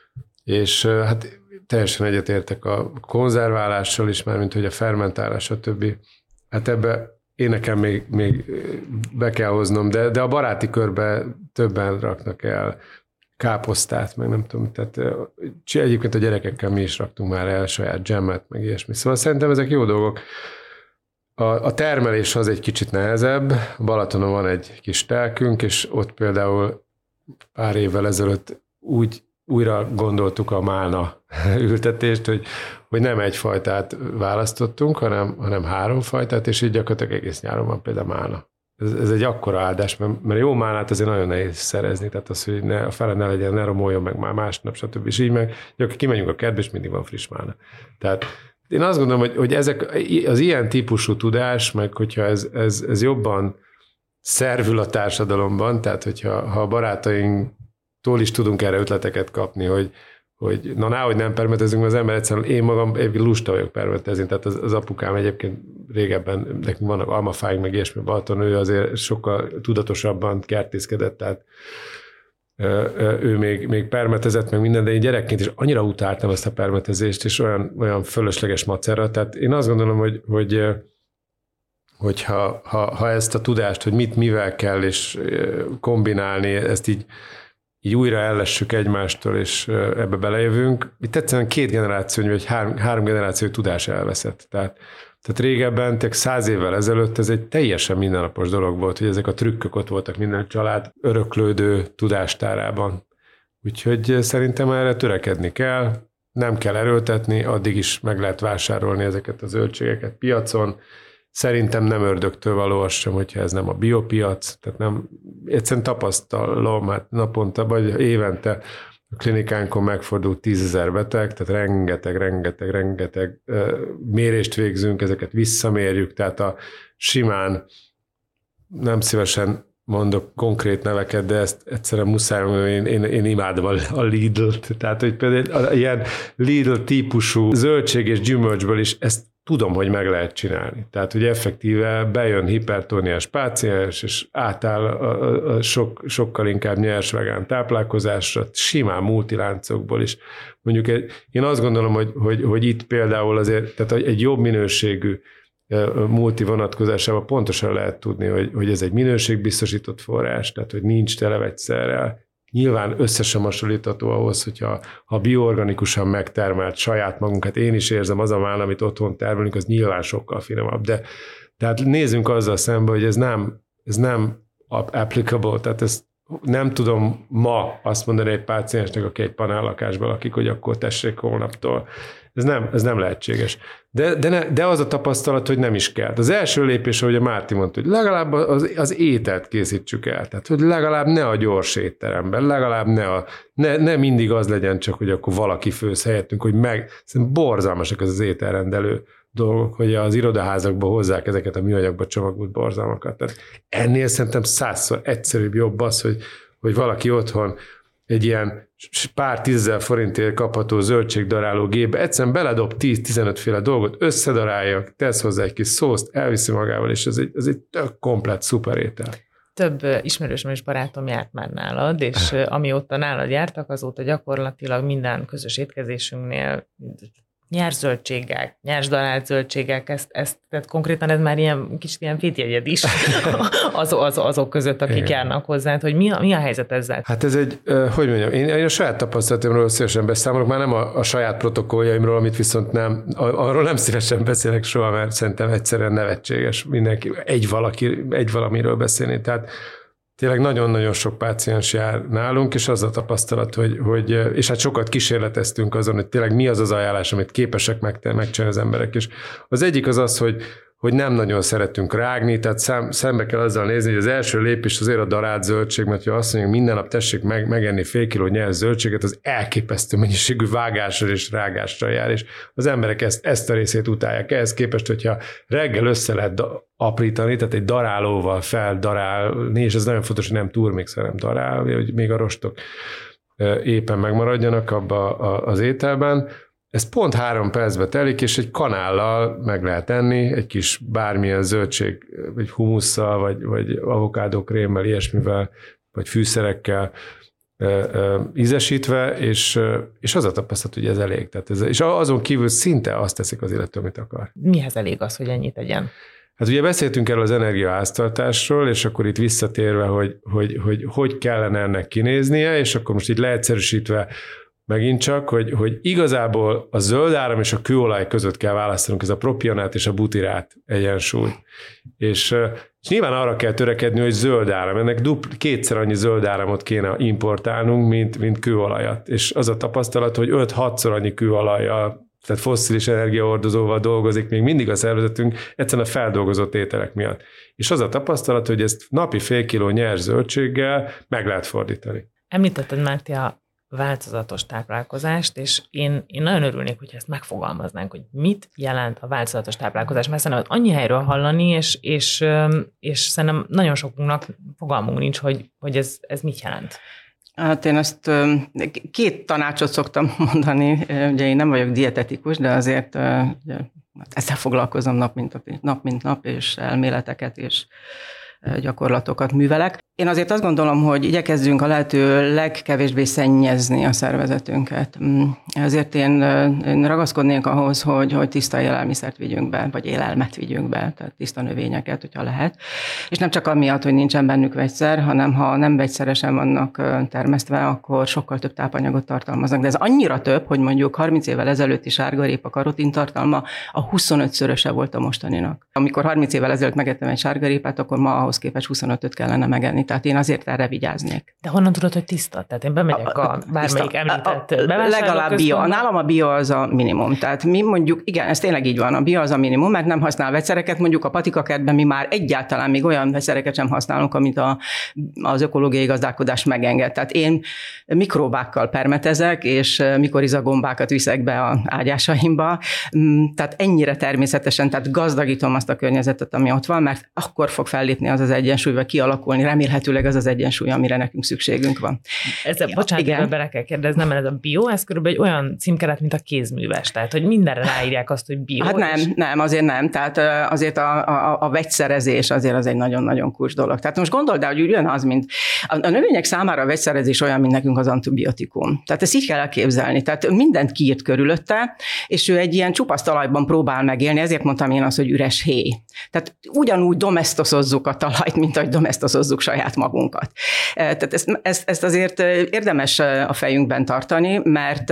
Speaker 2: és hát teljesen egyetértek a konzerválással is, már mint hogy a fermentálás, a többi. Hát ebbe én nekem még, még be kell hoznom, de, de a baráti körbe többen raknak el káposztát, meg nem tudom, tehát egyébként a gyerekekkel mi is raktunk már el saját dzsemmet, meg ilyesmi. Szóval szerintem ezek jó dolgok. A, a termelés az egy kicsit nehezebb. Balatonon van egy kis telkünk, és ott például pár évvel ezelőtt úgy újra gondoltuk a málna ültetést, hogy, hogy nem egy fajtát választottunk, hanem, hanem három fajtát, és így gyakorlatilag egész nyáron van például málna. Ez, ez egy akkora áldás, mert, mert jó málnát azért nagyon nehéz szerezni, tehát az, hogy ne, a fele ne legyen, ne romoljon meg már másnap, stb. És így meg gyakorlatilag kimegyünk a kertbe, és mindig van friss málna. Tehát én azt gondolom, hogy, hogy ezek, az ilyen típusú tudás, meg hogyha ez, ez, ez jobban szervül a társadalomban, tehát hogyha ha a barátainktól is tudunk erre ötleteket kapni, hogy, hogy na náhogy nem permetezünk, az ember egyszerűen, én magam egyébként lusta vagyok permetezni, tehát az, az apukám egyébként régebben, nekünk vannak almafáink, meg ilyesmi Balaton, ő azért sokkal tudatosabban kertészkedett, tehát ő még, még permetezett, meg minden, de én gyerekként is annyira utáltam ezt a permetezést, és olyan, olyan fölösleges macerra, tehát én azt gondolom, hogy, hogy hogyha ha, ha ezt a tudást, hogy mit mivel kell, és kombinálni, ezt így, így újra ellessük egymástól, és ebbe belejövünk, itt egyszerűen két generáció, vagy három, három generáció tudás elveszett. Tehát, tehát régebben, tehát száz évvel ezelőtt ez egy teljesen mindennapos dolog volt, hogy ezek a trükkök ott voltak minden család öröklődő tudástárában. Úgyhogy szerintem erre törekedni kell, nem kell erőltetni, addig is meg lehet vásárolni ezeket a zöldségeket piacon. Szerintem nem ördögtől való az sem, hogyha ez nem a biopiac, tehát nem, egyszerűen tapasztalom, hát naponta vagy évente a klinikánkon megfordult tízezer beteg, tehát rengeteg, rengeteg, rengeteg mérést végzünk, ezeket visszamérjük, tehát a simán nem szívesen mondok konkrét neveket, de ezt egyszerűen muszáj, én, én, én imádom a Lidl-t, tehát hogy például ilyen Lidl típusú zöldség és gyümölcsből is ezt tudom, hogy meg lehet csinálni. Tehát, hogy effektíve bejön hipertóniás páciens, és átáll a, a, a sok, sokkal inkább nyers vegán táplálkozásra, simán multiláncokból is. Mondjuk egy, én azt gondolom, hogy, hogy, hogy itt például azért, tehát egy jobb minőségű multi vonatkozásában pontosan lehet tudni, hogy, hogy ez egy minőségbiztosított forrás, tehát, hogy nincs tele vegyszerrel. Nyilván összesen hasonlítható ahhoz, hogyha ha bioorganikusan megtermelt saját magunkat, én is érzem, az a málna, amit otthon termelünk, az nyilván sokkal finomabb, de tehát nézzünk azzal szembe, hogy ez nem, ez nem applicable, tehát ezt nem tudom ma azt mondani egy páciensnek, aki egy panellakásban lakik, hogy akkor tessék holnaptól. Ez nem, ez nem lehetséges. De, de, ne, de az a tapasztalat, hogy nem is kell. Az első lépés, ahogy a Márti mondta, hogy legalább az, az ételt készítsük el. Tehát, hogy legalább ne a gyors étteremben, legalább ne, a, ne, ne mindig az legyen csak, hogy akkor valaki főz helyettünk, hogy meg, szerintem borzalmasak az az ételrendelő dolgok, hogy az irodaházakba hozzák ezeket a műanyagba csomagolt borzalmakat. Tehát ennél szerintem százszor egyszerűbb jobb az, hogy, hogy valaki otthon egy ilyen pár tízezer forintért kapható zöldségdaráló gépbe egyszerűen beledob tíz-tizenöt féle dolgot, összedarálja, tesz hozzá egy kis szószt, elviszi magával, és ez egy, ez egy tök komplett szuper étel.
Speaker 3: Több ismerősöm és barátom járt már nálad, és amióta nálad jártak, azóta gyakorlatilag minden közös étkezésünknél nyers zöldségek, nyers darált zöldségek, ezt, ezt, tehát konkrétan ez már ilyen kicsit ilyen védjegyed is az, az, azok között, akik igen. járnak hozzá, hogy mi a, mi a helyzet ezzel?
Speaker 2: Hát ez egy, hogy mondjam, én, én a saját tapasztalatomról szívesen beszámolok, már nem a, a saját protokolljaimról, amit viszont nem, arról nem szívesen beszélek soha, mert szerintem egyszerűen nevetséges mindenki, egy valaki, egy valamiről beszélni, tehát tényleg nagyon-nagyon sok páciens jár nálunk, és az a tapasztalat, hogy, hogy és hát sokat kísérleteztünk azon, hogy tényleg mi az az ajánlás, amit képesek megcsinálni az emberek. És az egyik az az, hogy, hogy nem nagyon szeretünk rágni, tehát szem, szembe kell azzal nézni, hogy az első lépés azért a darált zöldség, mert ha azt mondjuk, minden nap tessék meg, megenni fél kiló nyers zöldséget, az elképesztő mennyiségű vágással és rágással jár, és az emberek ezt, ezt a részét utálják. Ehhez képest, hogyha reggel össze lehet aprítani, tehát egy darálóval feldarálni, és ez nagyon fontos, hogy nem turmixer, nem darál, hogy még a rostok éppen megmaradjanak abba az ételben. Ez pont három percbe telik, és egy kanállal meg lehet enni, egy kis bármilyen zöldség, vagy humusszal, vagy, vagy avokádókrémmel, ilyesmivel, vagy fűszerekkel ízesítve, és, és az a tapasztalat, hogy ez elég. Tehát ez, és azon kívül szinte azt teszik az illető, amit akar.
Speaker 3: Mihez elég az, hogy ennyit tegyen?
Speaker 2: Hát ugye beszéltünk erről az energiaháztartásról, és akkor itt visszatérve, hogy hogy, hogy hogy kellene ennek kinéznie, és akkor most itt leegyszerűsítve megint csak, hogy, hogy igazából a zöld áram és a kőolaj között kell választanunk, ez a propionát és a butirát egyensúly. És, és nyilván arra kell törekedni, hogy zöld áram. Ennek dupl, kétszer annyi zöld áramot kéne importálnunk, mint, mint kőolajat. És az a tapasztalat, hogy öt-hatszor annyi kőolajjal, tehát fosszilis energiahordozóval dolgozik még mindig a szervezetünk, egyszerűen a feldolgozott ételek miatt. És az a tapasztalat, hogy ezt napi fél kiló nyers zöldséggel meg lehet fordítani.
Speaker 3: Említetted, Máté, a változatos táplálkozást, és én, én nagyon örülnék, hogyha ezt megfogalmaznánk, hogy mit jelent a változatos táplálkozás, mert szerintem annyi helyről hallani, és, és, és szerintem nagyon sokunknak fogalmunk nincs, hogy, hogy ez, ez mit jelent.
Speaker 1: Hát én ezt két tanácsot szoktam mondani, ugye én nem vagyok dietetikus, de azért ezzel foglalkozom nap mint nap, mint nap és elméleteket és gyakorlatokat művelek. Én azért azt gondolom, hogy igyekezzünk a lehető legkevésbé szennyezni a szervezetünket. Ezért én, én ragaszkodnék ahhoz, hogy, hogy tiszta élelmiszert vigyünk be, vagy élelmet vigyünk be, tehát tiszta növényeket, hogyha lehet. És nem csak amiatt, hogy nincsen bennük vegyszer, hanem ha nem vegyszeresen vannak termesztve, akkor sokkal több tápanyagot tartalmaznak. De ez annyira több, hogy mondjuk harminc évvel ezelőtti sárgarépa karotin tartalma a huszonötszöröse volt a mostaninak. Amikor harminc évvel ezelőtt megettem egy sárgarépát, akkor ma ahhoz képest huszonötöt kellene megenni. Tehát én azért erre vigyáznék.
Speaker 3: De honnan tudod, hogy tiszta? Tehát én bemegyek a, a bármelyik említett bevásárlóközpontba.
Speaker 1: Legalább bio. Nálam a bio az a minimum. Tehát mi mondjuk, igen, ez tényleg így van, a bio az a minimum, mert nem használ vegyszereket, mondjuk a patikakertben mi már egyáltalán még olyan vegyszereket sem használunk, amit a, az ökológiai gazdálkodás megenged. Tehát én mikróbákkal permetezek, és mikorizagombákat viszek be a ágyásaimba. Tehát ennyire természetesen, tehát gazdagítom azt a környezetet, ami ott van, mert akkor fog fellépni az az egyensúly, vagy kialakulni, remélhetőleg az az egyensúly, amire nekünk szükségünk van.
Speaker 3: Ezzel, ja, bocsánat, igen. Bele kell kérdeznem, mert ez a bio, ez körülbelül egy olyan címkeret, mint a kézműves, tehát hogy mindenre ráírják azt, hogy bio.
Speaker 1: Hát nem, és... nem, azért nem, tehát azért a, a, a vegyszerezés azért az egy nagyon-nagyon kulcs dolog. Tehát most gondold el, hogy ugyanaz, mint a, a növények számára a vegyszerezés olyan, mint nekünk az antibiotikum. Tehát ezt így kell elképzelni. Tehát mindent kiírt körülötte, és ő egy ilyen csupasz talajban próbál megélni, ezért mondtam én azt, hogy üres héj. Tehát ugyanúgy domesztoszozzuk a talajt, mint ahogy domesztoszozzuk saját magunkat. Tehát ezt, ezt, ezt azért érdemes a fejünkben tartani, mert,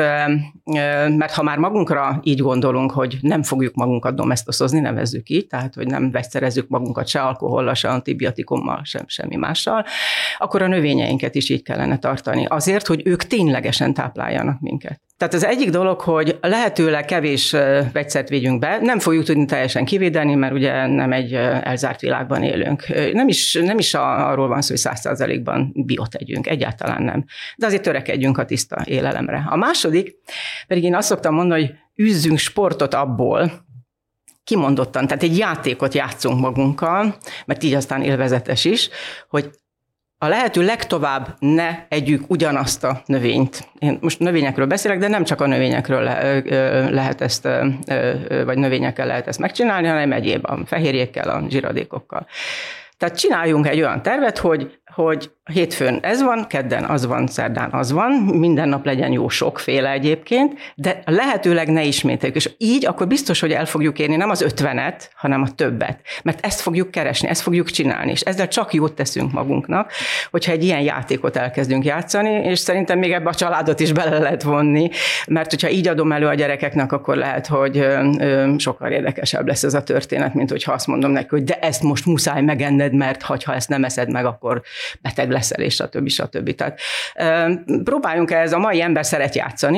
Speaker 1: mert ha már magunkra így gondolunk, hogy nem fogjuk magunkat domesztoszozni, nevezzük így, tehát hogy nem vegyszerezzük magunkat se alkohollal, se antibiotikummal, sem semmi mással, akkor a növényeinket is így kellene tartani. Azért, hogy ők ténylegesen tápláljanak minket. Tehát az egyik dolog, hogy lehetőleg kevés vegyszert vigyünk be, nem fogjuk tudni teljesen kivédeni, mert ugye nem egy elzárt világban élünk. Nem is, nem is arról van szó, hogy száz százalékban biot tegyünk, egyáltalán nem. De azért törekedjünk a tiszta élelemre. A második, pedig én azt szoktam mondani, hogy űzzünk sportot abból, kimondottan, tehát egy játékot játszunk magunkkal, mert így aztán élvezetes is, hogy a lehető legtovább ne együk ugyanazt a növényt. Én most növényekről beszélek, de nem csak a növényekről le, lehet ezt, vagy növényekkel lehet ezt megcsinálni, hanem egyéb a fehérjékkel, a zsiradékokkal. Tehát csináljunk egy olyan tervet, hogy, hogy Hétfőn ez van, kedden az van, szerdán az van, minden nap legyen jó sokféle egyébként, de lehetőleg ne ismételjük, és így akkor biztos, hogy el fogjuk érni nem az ötvenet, hanem a többet, mert ezt fogjuk keresni, ezt fogjuk csinálni, és ezzel csak jót teszünk magunknak, hogyha egy ilyen játékot elkezdünk játszani, és szerintem még ebbe a családot is bele lehet vonni, mert hogyha így adom elő a gyerekeknek, akkor lehet, hogy sokkal érdekesebb lesz ez a történet, mint hogyha azt mondom neki, hogy de ezt most muszáj megenned, mert ha ezt nem eszed meg, akkor beteg leszel, és stb. stb. Tehát próbáljunk ez, a mai ember szeret játszani,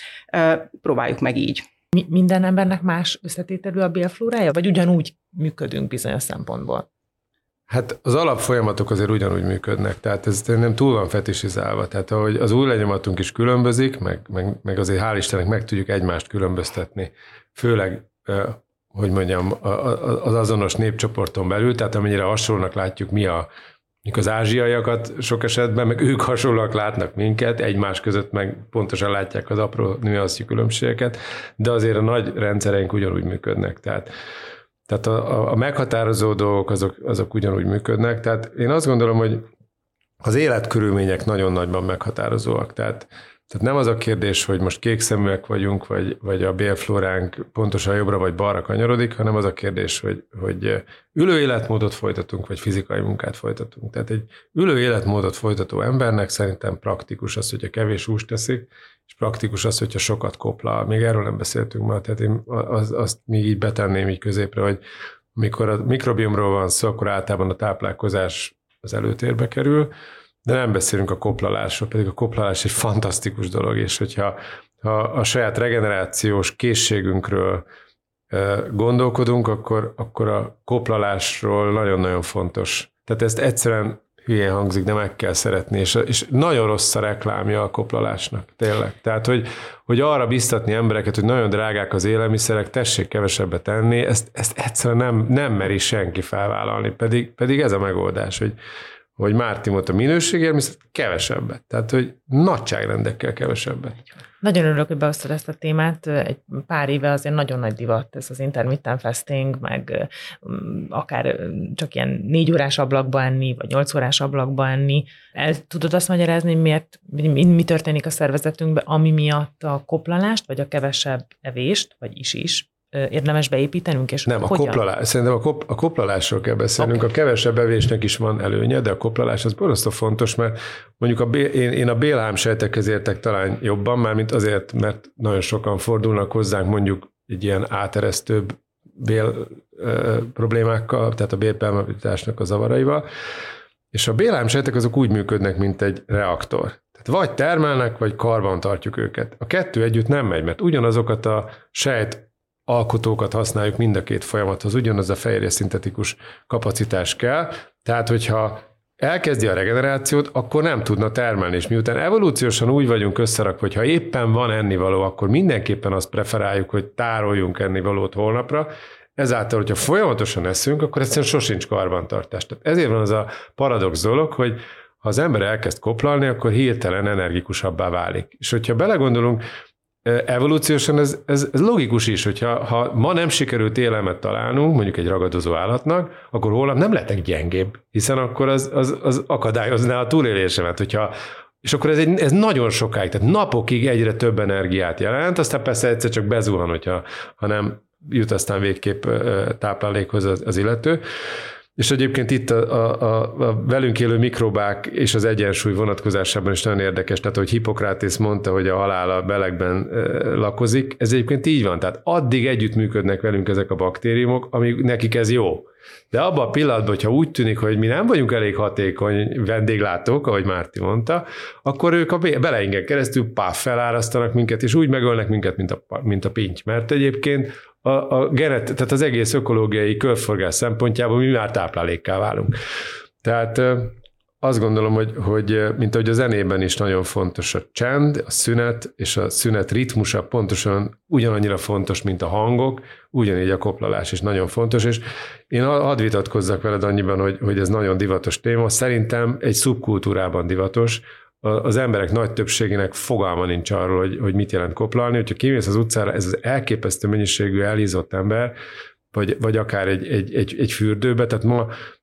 Speaker 1: próbáljuk meg így.
Speaker 3: Mi, minden embernek más összetételű a bélflórája, vagy ugyanúgy működünk bizonyos szempontból?
Speaker 2: Hát az alapfolyamatok azért ugyanúgy működnek, tehát ez nem túl van fetisizálva, tehát ahogy az új lenyomatunk is különbözik, meg, meg, meg azért hál' Istennek meg tudjuk egymást különböztetni, főleg, hogy mondjam, az azonos népcsoporton belül, tehát amennyire hasonlónak látjuk mi a az ázsiaiakat sok esetben, meg ők hasonlóak látnak minket, egymás között meg pontosan látják az apró nüansznyi különbségeket, de azért a nagy rendszereink ugyanúgy működnek. Tehát, tehát a, a meghatározó dolgok azok, azok ugyanúgy működnek. Tehát én azt gondolom, hogy az életkörülmények nagyon nagyban meghatározóak. Tehát, tehát nem az a kérdés, hogy most kékszeműek vagyunk, vagy, vagy a bélflóránk pontosan jobbra vagy balra kanyarodik, hanem az a kérdés, hogy, hogy ülő életmódot folytatunk, vagy fizikai munkát folytatunk. Tehát egy ülő életmódot folytató embernek szerintem praktikus az, hogyha kevés húst teszik, és praktikus az, hogyha sokat koplál. Még erről nem beszéltünk ma, tehát én az, azt még így betenném így középre, hogy amikor a mikrobiomról van szó, akkor általában a táplálkozás az előtérbe kerül, de nem beszélünk a koplalásról, pedig a koplalás egy fantasztikus dolog, és hogyha ha a saját regenerációs készségünkről gondolkodunk, akkor, akkor a koplalásról nagyon-nagyon fontos. Tehát ezt egyszerűen hülyén hangzik, de meg kell szeretni, és, és nagyon rossz a reklámja a koplalásnak, tényleg. Tehát, hogy, hogy arra biztatni embereket, hogy nagyon drágák az élelmiszerek, tessék kevesebbet tenni, ezt, ezt egyszerűen nem, nem meri senki felvállalni, pedig, pedig ez a megoldás, hogy hogy Márti mondta, minőségélelmiszer kevesebbet. Tehát, hogy nagyságrendekkel kevesebbet.
Speaker 3: Nagyon örülök, hogy behoztad ezt a témát. Egy pár éve azért nagyon nagy divat ez az intermittent fasting, meg akár csak ilyen négy órás ablakba enni, vagy nyolc órás ablakba enni. El tudod azt magyarázni, hogy miért, mi, mi történik a szervezetünkben, ami miatt a koplalást, vagy a kevesebb evést, vagy is is, érdemes beépítenünk, és
Speaker 2: nem, a koplalás, szerintem a, kop, a koplalásról kell beszélnünk, okay. A kevesebb evésnek is van előnye, de a koplalás az borzasztó fontos, mert mondjuk a bél, én, én a bélhámsejtekhez értek talán jobban, mármint azért, mert nagyon sokan fordulnak hozzánk mondjuk egy ilyen áteresztőbb bél ö, problémákkal, tehát a bélpermeabilitásnak a zavaraival, és a bélhámsejtek azok úgy működnek, mint egy reaktor. Tehát vagy termelnek, vagy karban tartjuk őket. A kettő együtt nem megy, mert ugyanazokat a sejt alkotókat használjuk mind a két folyamathoz, ugyanaz a fehérje szintetikus kapacitás kell, tehát hogyha elkezdi a regenerációt, akkor nem tudna termelni, és miután evolúciósan úgy vagyunk összerakva, hogy ha éppen van ennivaló, akkor mindenképpen azt preferáljuk, hogy tároljunk ennivalót holnapra, ezáltal, hogyha folyamatosan eszünk, akkor egyszerűen sosincs karbantartás. Tehát ezért van az a paradox dolog, hogy ha az ember elkezd koplalni, akkor hirtelen energikusabbá válik. És hogyha belegondolunk, evolúciósan ez, ez, ez logikus is, hogyha ha ma nem sikerült élelmet találnunk, mondjuk egy ragadozó állatnak, akkor holnap nem lehetek gyengébb, hiszen akkor az, az, az akadályozná a túlélésemet, hogyha, és akkor ez, egy, ez nagyon sokáig, tehát napokig egyre több energiát jelent, aztán persze egyszer csak bezuhan, hogyha, ha nem jut aztán végképp táplálékhoz az, az illető. És egyébként itt a, a, a velünk élő mikrobák és az egyensúly vonatkozásában is nagyon érdekes, tehát hogy Hippokratész mondta, hogy a halál a belegben lakozik, ez egyébként így van, tehát addig együttműködnek velünk ezek a baktériumok, amíg nekik ez jó. De abban a pillanatban, hogyha úgy tűnik, hogy mi nem vagyunk elég hatékony vendéglátók, ahogy Márti mondta, akkor ők a beleingen keresztül páf felárasztanak minket, és úgy megölnek minket, mint a, mint a pinty. Mert egyébként a, a genet, tehát az egész ökológiai körforgás szempontjából mi már táplálékká válunk. Tehát azt gondolom, hogy, hogy mint ahogy a zenében is nagyon fontos a csend, a szünet, és a szünet ritmusa pontosan ugyanannyira fontos, mint a hangok, ugyanígy a koplalás is nagyon fontos, és én hadd vitatkozzak veled annyiban, hogy, hogy ez nagyon divatos téma. Szerintem egy szubkultúrában divatos, az emberek nagy többségének fogalma nincs arról, hogy, hogy mit jelent koplalni. Hogyha kimész az utcára, ez az elképesztő mennyiségű elhízott ember, vagy, vagy akár egy, egy, egy, egy fürdőbe, tehát ma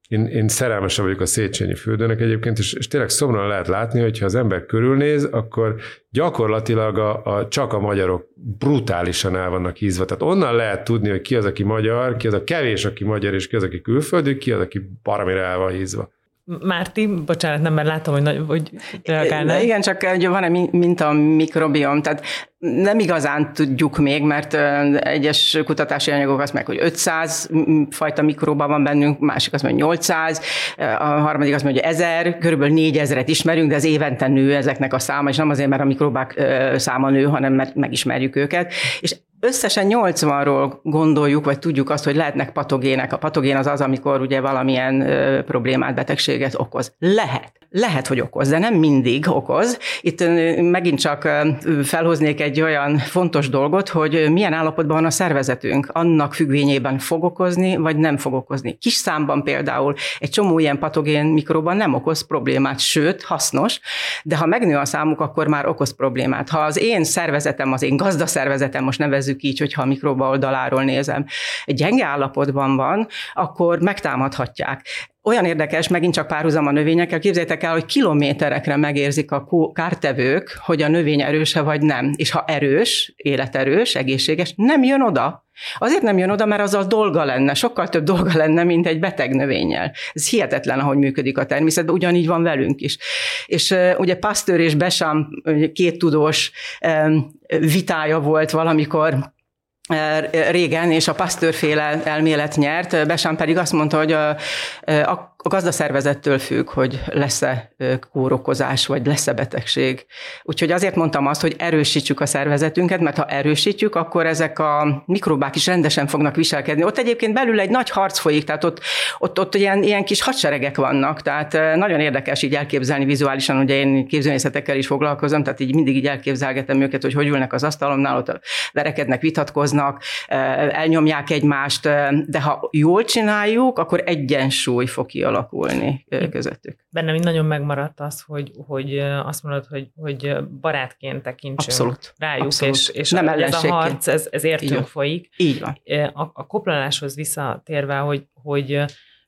Speaker 2: én, én szerelmesen vagyok a Széchenyi fürdőnek egyébként, és, és tényleg szomorúan lehet látni, hogyha az ember körülnéz, akkor gyakorlatilag a, a, csak a magyarok brutálisan el vannak hízva. Tehát onnan lehet tudni, hogy ki az, aki magyar, ki az a kevés, aki magyar, és ki az, aki külföldű, ki az, aki baromira el van hízva.
Speaker 3: Márti, bocsánat, nem, mert látom, hogy, nagy, hogy reagálnál.
Speaker 1: Igen, csak hogy van-e mint a mikrobiom, tehát nem igazán tudjuk még, mert egyes kutatási anyagok azt mondják, hogy ötszáz fajta mikróba van bennünk, másik azt mondja nyolcszáz, a harmadik azt mondja ezer, körülbelül négyezret ismerünk, de az évente nő ezeknek a száma, és nem azért, mert a mikróbák száma nő, hanem mert megismerjük őket. És összesen nyolcvanról gondoljuk, vagy tudjuk azt, hogy lehetnek patogének. A patogén az az, amikor ugye valamilyen ö, problémát, betegséget okoz. Lehet. Lehet, hogy okoz, de nem mindig okoz. Itt ö, megint csak ö, felhoznék egy olyan fontos dolgot, hogy milyen állapotban van a szervezetünk. Annak függvényében fog okozni, vagy nem fog okozni. Kis számban például egy csomó ilyen patogén mikróban nem okoz problémát, sőt, hasznos, de ha megnő a számuk, akkor már okoz problémát. Ha az én szervezetem, az én gazdaszervezetem, most nevezzük így, hogyha a mikróba oldaláról nézem, egy gyenge állapotban van, akkor megtámadhatják. Olyan érdekes, megint csak párhuzam a növényekkel, képzeljétek el, hogy kilométerekre megérzik a kártevők, hogy a növény erőse vagy nem. És ha erős, életerős, egészséges, nem jön oda. Azért nem jön oda, mert azzal dolga lenne, sokkal több dolga lenne, mint egy beteg növényel. Ez hihetetlen, ahogy működik a természetben, ugyanígy van velünk is. És uh, ugye Pasteur és Béchamp két tudós um, vitája volt valamikor régen, és a Pasteur-féle elmélet nyert, Béchamp pedig azt mondta, hogy a, a a gazdaszervezettől függ, hogy lesz-e kórokozás, vagy lesz-e betegség. Úgyhogy azért mondtam azt, hogy erősítsük a szervezetünket, mert ha erősítjük, akkor ezek a mikróbák is rendesen fognak viselkedni. Ott egyébként belül egy nagy harc folyik, tehát ott, ott, ott ilyen, ilyen kis hadseregek vannak, tehát nagyon érdekes így elképzelni vizuálisan, ugye én képzőművészetekkel is foglalkozom, tehát így mindig így elképzelgetem őket, hogy hogy ülnek az asztalomnál, ott verekednek, vitatkoznak, elnyomják egymást, de ha jól csináljuk, akkor egyensúly fog kialakulni. alakulni közöttük.
Speaker 3: Bennem nagyon megmaradt az, hogy, hogy azt mondod, hogy, hogy barátként tekintsünk
Speaker 1: abszolút,
Speaker 3: rájuk,
Speaker 1: abszolút.
Speaker 3: és, és
Speaker 1: nem
Speaker 3: a, ez a harc, ez, ez értünk
Speaker 1: Így
Speaker 3: folyik.
Speaker 1: Így van.
Speaker 3: A, a koplaláshoz visszatérve, hogy, hogy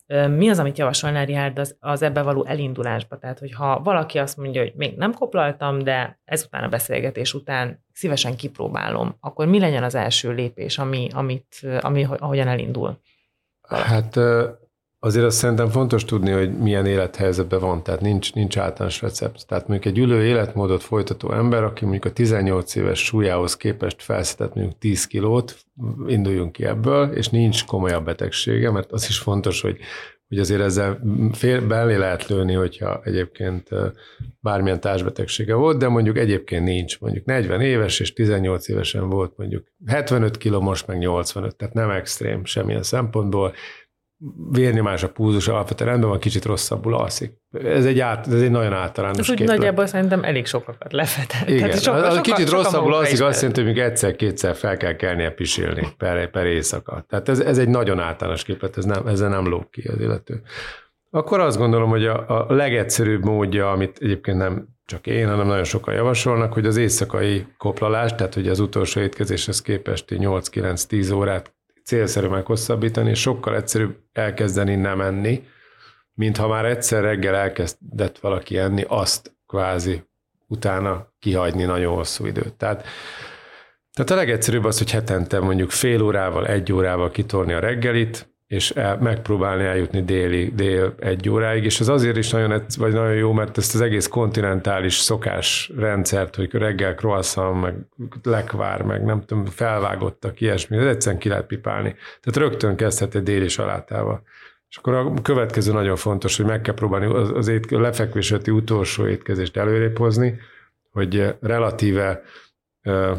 Speaker 3: mi az, amit javasolnál, Richárd, az, az ebbe való elindulásba? Tehát, hogyha valaki azt mondja, hogy még nem koplaltam, de ezután a beszélgetés után szívesen kipróbálom, akkor mi legyen az első lépés, ami, amit, ami ahogyan elindul?
Speaker 2: Valaki? Hát azért azt szerintem fontos tudni, hogy milyen élethelyzetben van, tehát nincs, nincs általános recept. Tehát mondjuk egy ülő életmódot folytató ember, aki mondjuk a tizennyolc éves súlyához képest felszedett mondjuk tíz kilót, induljunk ki ebből, és nincs komolyabb betegsége, mert az is fontos, hogy, hogy azért ezzel fél, belé lehet lőni, hogyha egyébként bármilyen társbetegsége volt, de mondjuk egyébként nincs. Mondjuk negyven éves és tizennyolc évesen volt mondjuk hetvenöt kiló, most meg nyolcvanöt, tehát nem extrém semmilyen szempontból. Vérnyomás, a púzus alapvetően rendben van, kicsit rosszabbul alszik. Ez egy, át, ez egy nagyon általános
Speaker 3: képlet. Ez úgy nagyjából szerintem elég sokakat lefedett.
Speaker 2: Igen,
Speaker 3: tehát sokkal,
Speaker 2: az
Speaker 3: sokkal,
Speaker 2: kicsit
Speaker 3: sokkal
Speaker 2: rosszabbul alszik, azt jelenti, hogy még egyszer-kétszer fel kell kelnie pisilni per, per éjszaka. Tehát ez, ez egy nagyon általános képlet, ez nem, ezzel nem lóg ki az illető. Akkor azt gondolom, hogy a, a legegyszerűbb módja, amit egyébként nem csak én, hanem nagyon sokan javasolnak, hogy az éjszakai koplalás, tehát hogy az utolsó étkezéshez képesti nyolc-kilenc-tíz órát célszerű meghosszabbítani, és sokkal egyszerűbb elkezdeni nem enni, mint ha már egyszer reggel elkezdett valaki enni, azt kvázi utána kihagyni nagyon hosszú időt. Tehát, tehát a legegyszerűbb az, hogy hetente mondjuk fél órával, egy órával kitolni a reggelit, és el, megpróbálni eljutni déli, dél egy óráig, és ez azért is nagyon, vagy nagyon jó, mert ezt az egész kontinentális szokásrendszert, hogy reggel croissant, meg lekvár, meg nem tudom, felvágottak, ilyesmi, ez egyszerűen ki lehet pipálni. Tehát rögtön kezdhet egy déli salátával. És akkor a következő nagyon fontos, hogy meg kell próbálni az, az ét, lefekvés előtti utolsó étkezést előrébb hozni, hogy relatíve uh,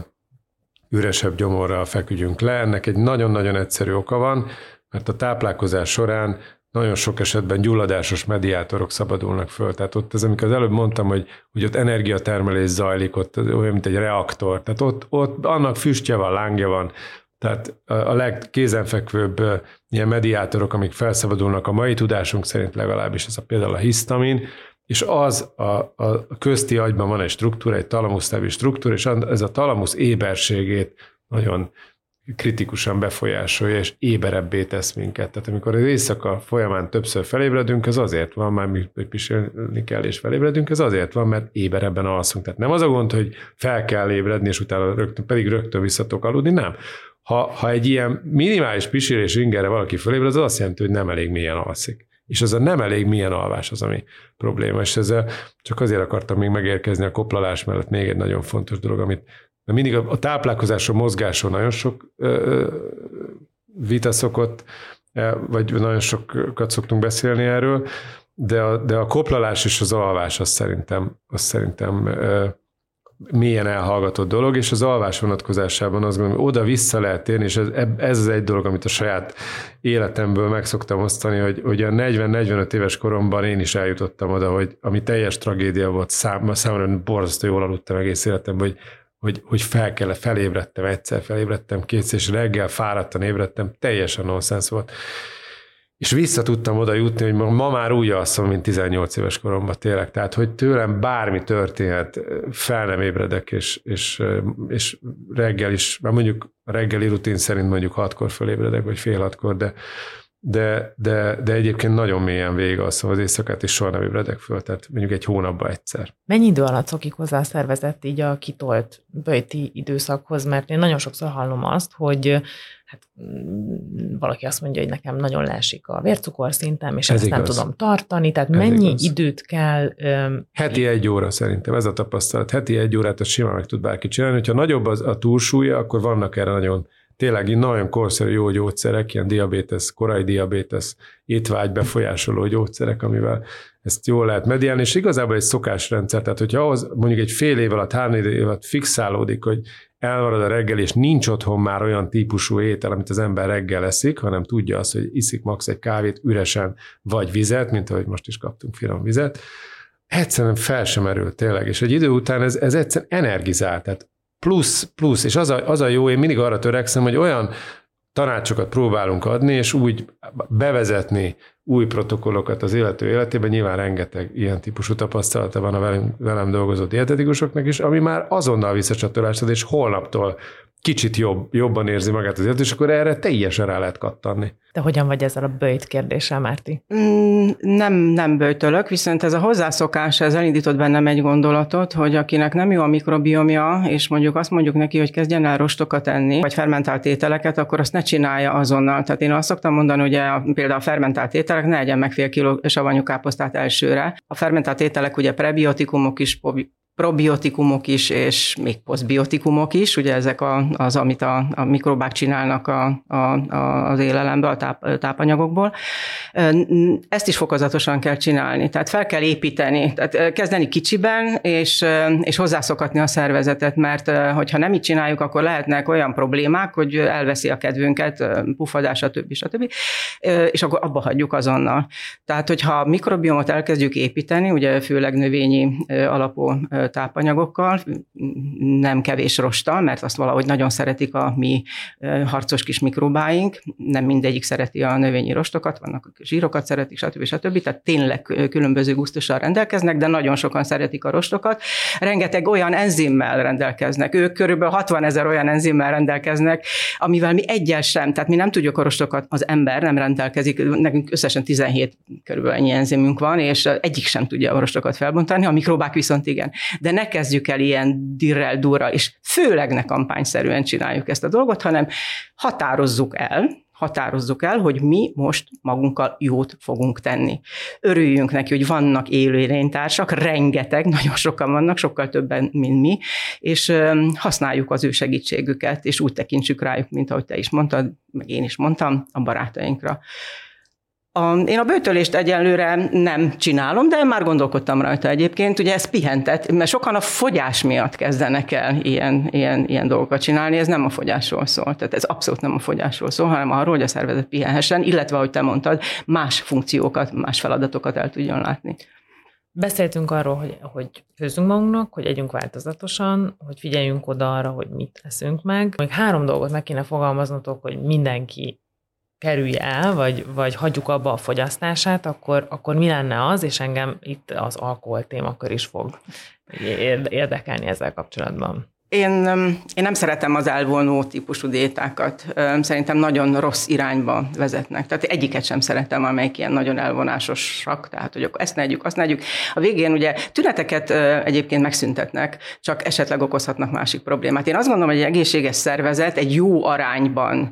Speaker 2: üresebb gyomorral feküdjünk le. Ennek egy nagyon-nagyon egyszerű oka van, mert a táplálkozás során nagyon sok esetben gyulladásos mediátorok szabadulnak föl. Tehát ott az, amikor az előbb mondtam, hogy, hogy ott energiatermelés zajlik, ott olyan, mint egy reaktor. Tehát ott, ott annak füstje van, lángja van. Tehát a legkézenfekvőbb ilyen mediátorok, amik felszabadulnak a mai tudásunk szerint legalábbis, ez a például a hisztamin, és az a, a közti agyban van egy struktúra, egy talamusz nevű struktúra, és ez a talamusz éberségét nagyon kritikusan befolyásolja, és éberebbé tesz minket. Tehát amikor az éjszaka folyamán többször felébredünk, ez azért van, már mi pisilni kell, és felébredünk, ez azért van, mert éberebben alszunk. Tehát nem az a gond, hogy fel kell ébredni, és utána rögtön, pedig rögtön visszatok aludni, nem. Ha, ha egy ilyen minimális pisilés ingerre valaki fölébred, az azt jelenti, hogy nem elég mélyen alszik. És ez a nem elég milyen alvás az, ami probléma. És ezzel csak azért akartam még megérkezni a koplalás mellett még egy nagyon fontos dolog, amit mindig a, a táplálkozásról, mozgásról nagyon sok ö, vita szokott, vagy nagyon sokat szoktunk beszélni erről, de a, de a koplalás és az alvás az szerintem, az szerintem ö, mélyen elhallgatott dolog, és az alvás vonatkozásában azt gondolom, hogy oda-vissza lehet térni, és ez, ez az egy dolog, amit a saját életemből meg szoktam osztani, hogy, hogy a negyven-negyvenöt éves koromban én is eljutottam oda, hogy ami teljes tragédia volt, szám, számomra borzasztó jól aludtam egész életemben, hogy, hogy, hogy fel kell, felébredtem egyszer, felébredtem kétszer, és reggel fáradtan ébredtem, teljesen nonsens volt. És vissza tudtam oda jutni, hogy ma, ma már úgy alszom, mint tizennyolc éves koromban tényleg. Tehát, hogy tőlem bármi történhet, fel nem ébredek, és, és, és reggel is, már mondjuk a reggeli rutin szerint mondjuk hatkor fölébredek, vagy fél hatkor, de, de, de, de egyébként nagyon mélyen végigalszom az éjszakát, és soha nem ébredek föl, tehát mondjuk egy hónapban egyszer.
Speaker 3: Mennyi idő alatt szokik hozzá a szervezet így a kitolt böjti időszakhoz? Mert én nagyon sokszor hallom azt, hogy hát valaki azt mondja, hogy nekem nagyon leesik a vércukorszintem, és ez ezt igaz. Nem tudom tartani, tehát ez mennyi igaz. Időt kell... Um,
Speaker 2: Heti egy óra szerintem, ez a tapasztalat. Heti egy órát az simán meg tud bárki csinálni. Hogyha nagyobb az, a túlsúlya, akkor vannak erre nagyon, tényleg nagyon korszerű jó gyógyszerek, ilyen diabétesz, korai diabétesz, étvágy befolyásoló gyógyszerek, amivel ezt jól lehet mediálni, és igazából egy szokásrendszer, tehát hogyha ahhoz mondjuk egy fél év alatt, három év alatt fixálódik, hogy elmarad a reggel, és nincs otthon már olyan típusú étel, amit az ember reggel eszik, hanem tudja azt, hogy iszik max. Egy kávét üresen, vagy vizet, mint ahogy most is kaptunk finom vizet, egyszerűen fel sem erül tényleg, és egy idő után ez, ez egyszerűen energizál, tehát plusz, plusz, és az a, az a jó, én mindig arra törekszem, hogy olyan tanácsokat próbálunk adni, és úgy bevezetni új protokollokat az illető életében, nyilván rengeteg ilyen típusú tapasztalata van a velem, velem dolgozó dietetikusoknak is, ami már azonnal visszacsatolást ad, és holnaptól kicsit jobb, jobban érzi magát az illető, és akkor erre teljesen rá lehet kattanni.
Speaker 3: Te hogyan vagy ezzel a böjt kérdéssel, Márti?
Speaker 1: Mm, nem, nem böjtölök, viszont ez a hozzászokás, ez elindított bennem egy gondolatot, hogy akinek nem jó a mikrobiomja, és mondjuk azt mondjuk neki, hogy kezdjen el rostokat enni, vagy fermentált ételeket, akkor azt ne csinálja azonnal. Tehát én azt szoktam mondani, hogy a, például a fermentált ételek ne egyen meg fél kiló savanyú káposztát elsőre. A fermentált ételek ugye prebiotikumok is, probiotikumok is, és még posztbiotikumok is, ugye ezek a, az, amit a, a mikrobák csinálnak a, a, a, az élelemből, a táp, tápanyagokból. Ezt is fokozatosan kell csinálni, tehát fel kell építeni, tehát kezdeni kicsiben, és, és hozzászokatni a szervezetet, mert hogyha nem így csináljuk, akkor lehetnek olyan problémák, hogy elveszi a kedvünket, puffadás, stb. stb. És akkor abba hagyjuk azonnal. Tehát, hogyha a mikrobiomot elkezdjük építeni, ugye főleg növényi alapú tápanyagokkal, nem kevés rosttal, mert azt valahogy nagyon szeretik a mi harcos kis mikrobáink, nem mindegyik szereti a növényi rostokat, vannak, akik zsírokat szeretik, stb. stb. Tehát tényleg különböző gusztussal rendelkeznek, de nagyon sokan szeretik a rostokat. Rengeteg olyan enzimmel rendelkeznek. Ők körülbelül hatvanezer olyan enzimmel rendelkeznek, amivel mi egyel sem, tehát mi nem tudjuk a rostokat, az ember nem rendelkezik, nekünk összesen tizenhét körülbelül ennyi enzimünk van, és egyik sem tudja a rostokat felbontani, a mikrobák viszont igen. De ne kezdjük el ilyen dirrel durral, és főleg ne kampányszerűen csináljuk ezt a dolgot, hanem határozzuk el, határozzuk el, hogy mi most magunkkal jót fogunk tenni. Örüljünk neki, hogy vannak élőlénytársak, rengeteg, nagyon sokan vannak, sokkal többen, mint mi, és használjuk az ő segítségüket, és úgy tekintsük rájuk, mint ahogy te is mondtad, meg én is mondtam, a barátainkra. A, én a böjtölést egyenlőre nem csinálom, de már gondolkodtam rajta egyébként. Ugye ez pihentet, mert sokan a fogyás miatt kezdenek el ilyen, ilyen, ilyen dolgokat csinálni, ez nem a fogyásról szól. Tehát ez abszolút nem a fogyásról szól, hanem arról, hogy a szervezet pihenhessen, illetve, ahogy te mondtad, más funkciókat, más feladatokat el tudjon látni.
Speaker 3: Beszéltünk arról, hogy, hogy főzzünk magunknak, hogy együnk változatosan, hogy figyeljünk oda arra, hogy mit eszünk meg. Még három dolgot meg kéne fogalmaznotok, hogy mindenki kerülje el, vagy, vagy hagyjuk abba a fogyasztását, akkor, akkor mi lenne az, és engem itt az alkohol témakör is fog érdekelni ezzel kapcsolatban.
Speaker 1: Én, én nem szeretem az elvonó típusú diétákat. Szerintem nagyon rossz irányba vezetnek. Tehát egyiket sem szeretem, amelyik ilyen nagyon elvonásosak, tehát hogy akkor ezt ne együk, azt ne együk. A végén ugye tüneteket egyébként megszüntetnek, csak esetleg okozhatnak másik problémát. Én azt gondolom, hogy egy egészséges szervezet egy jó arányban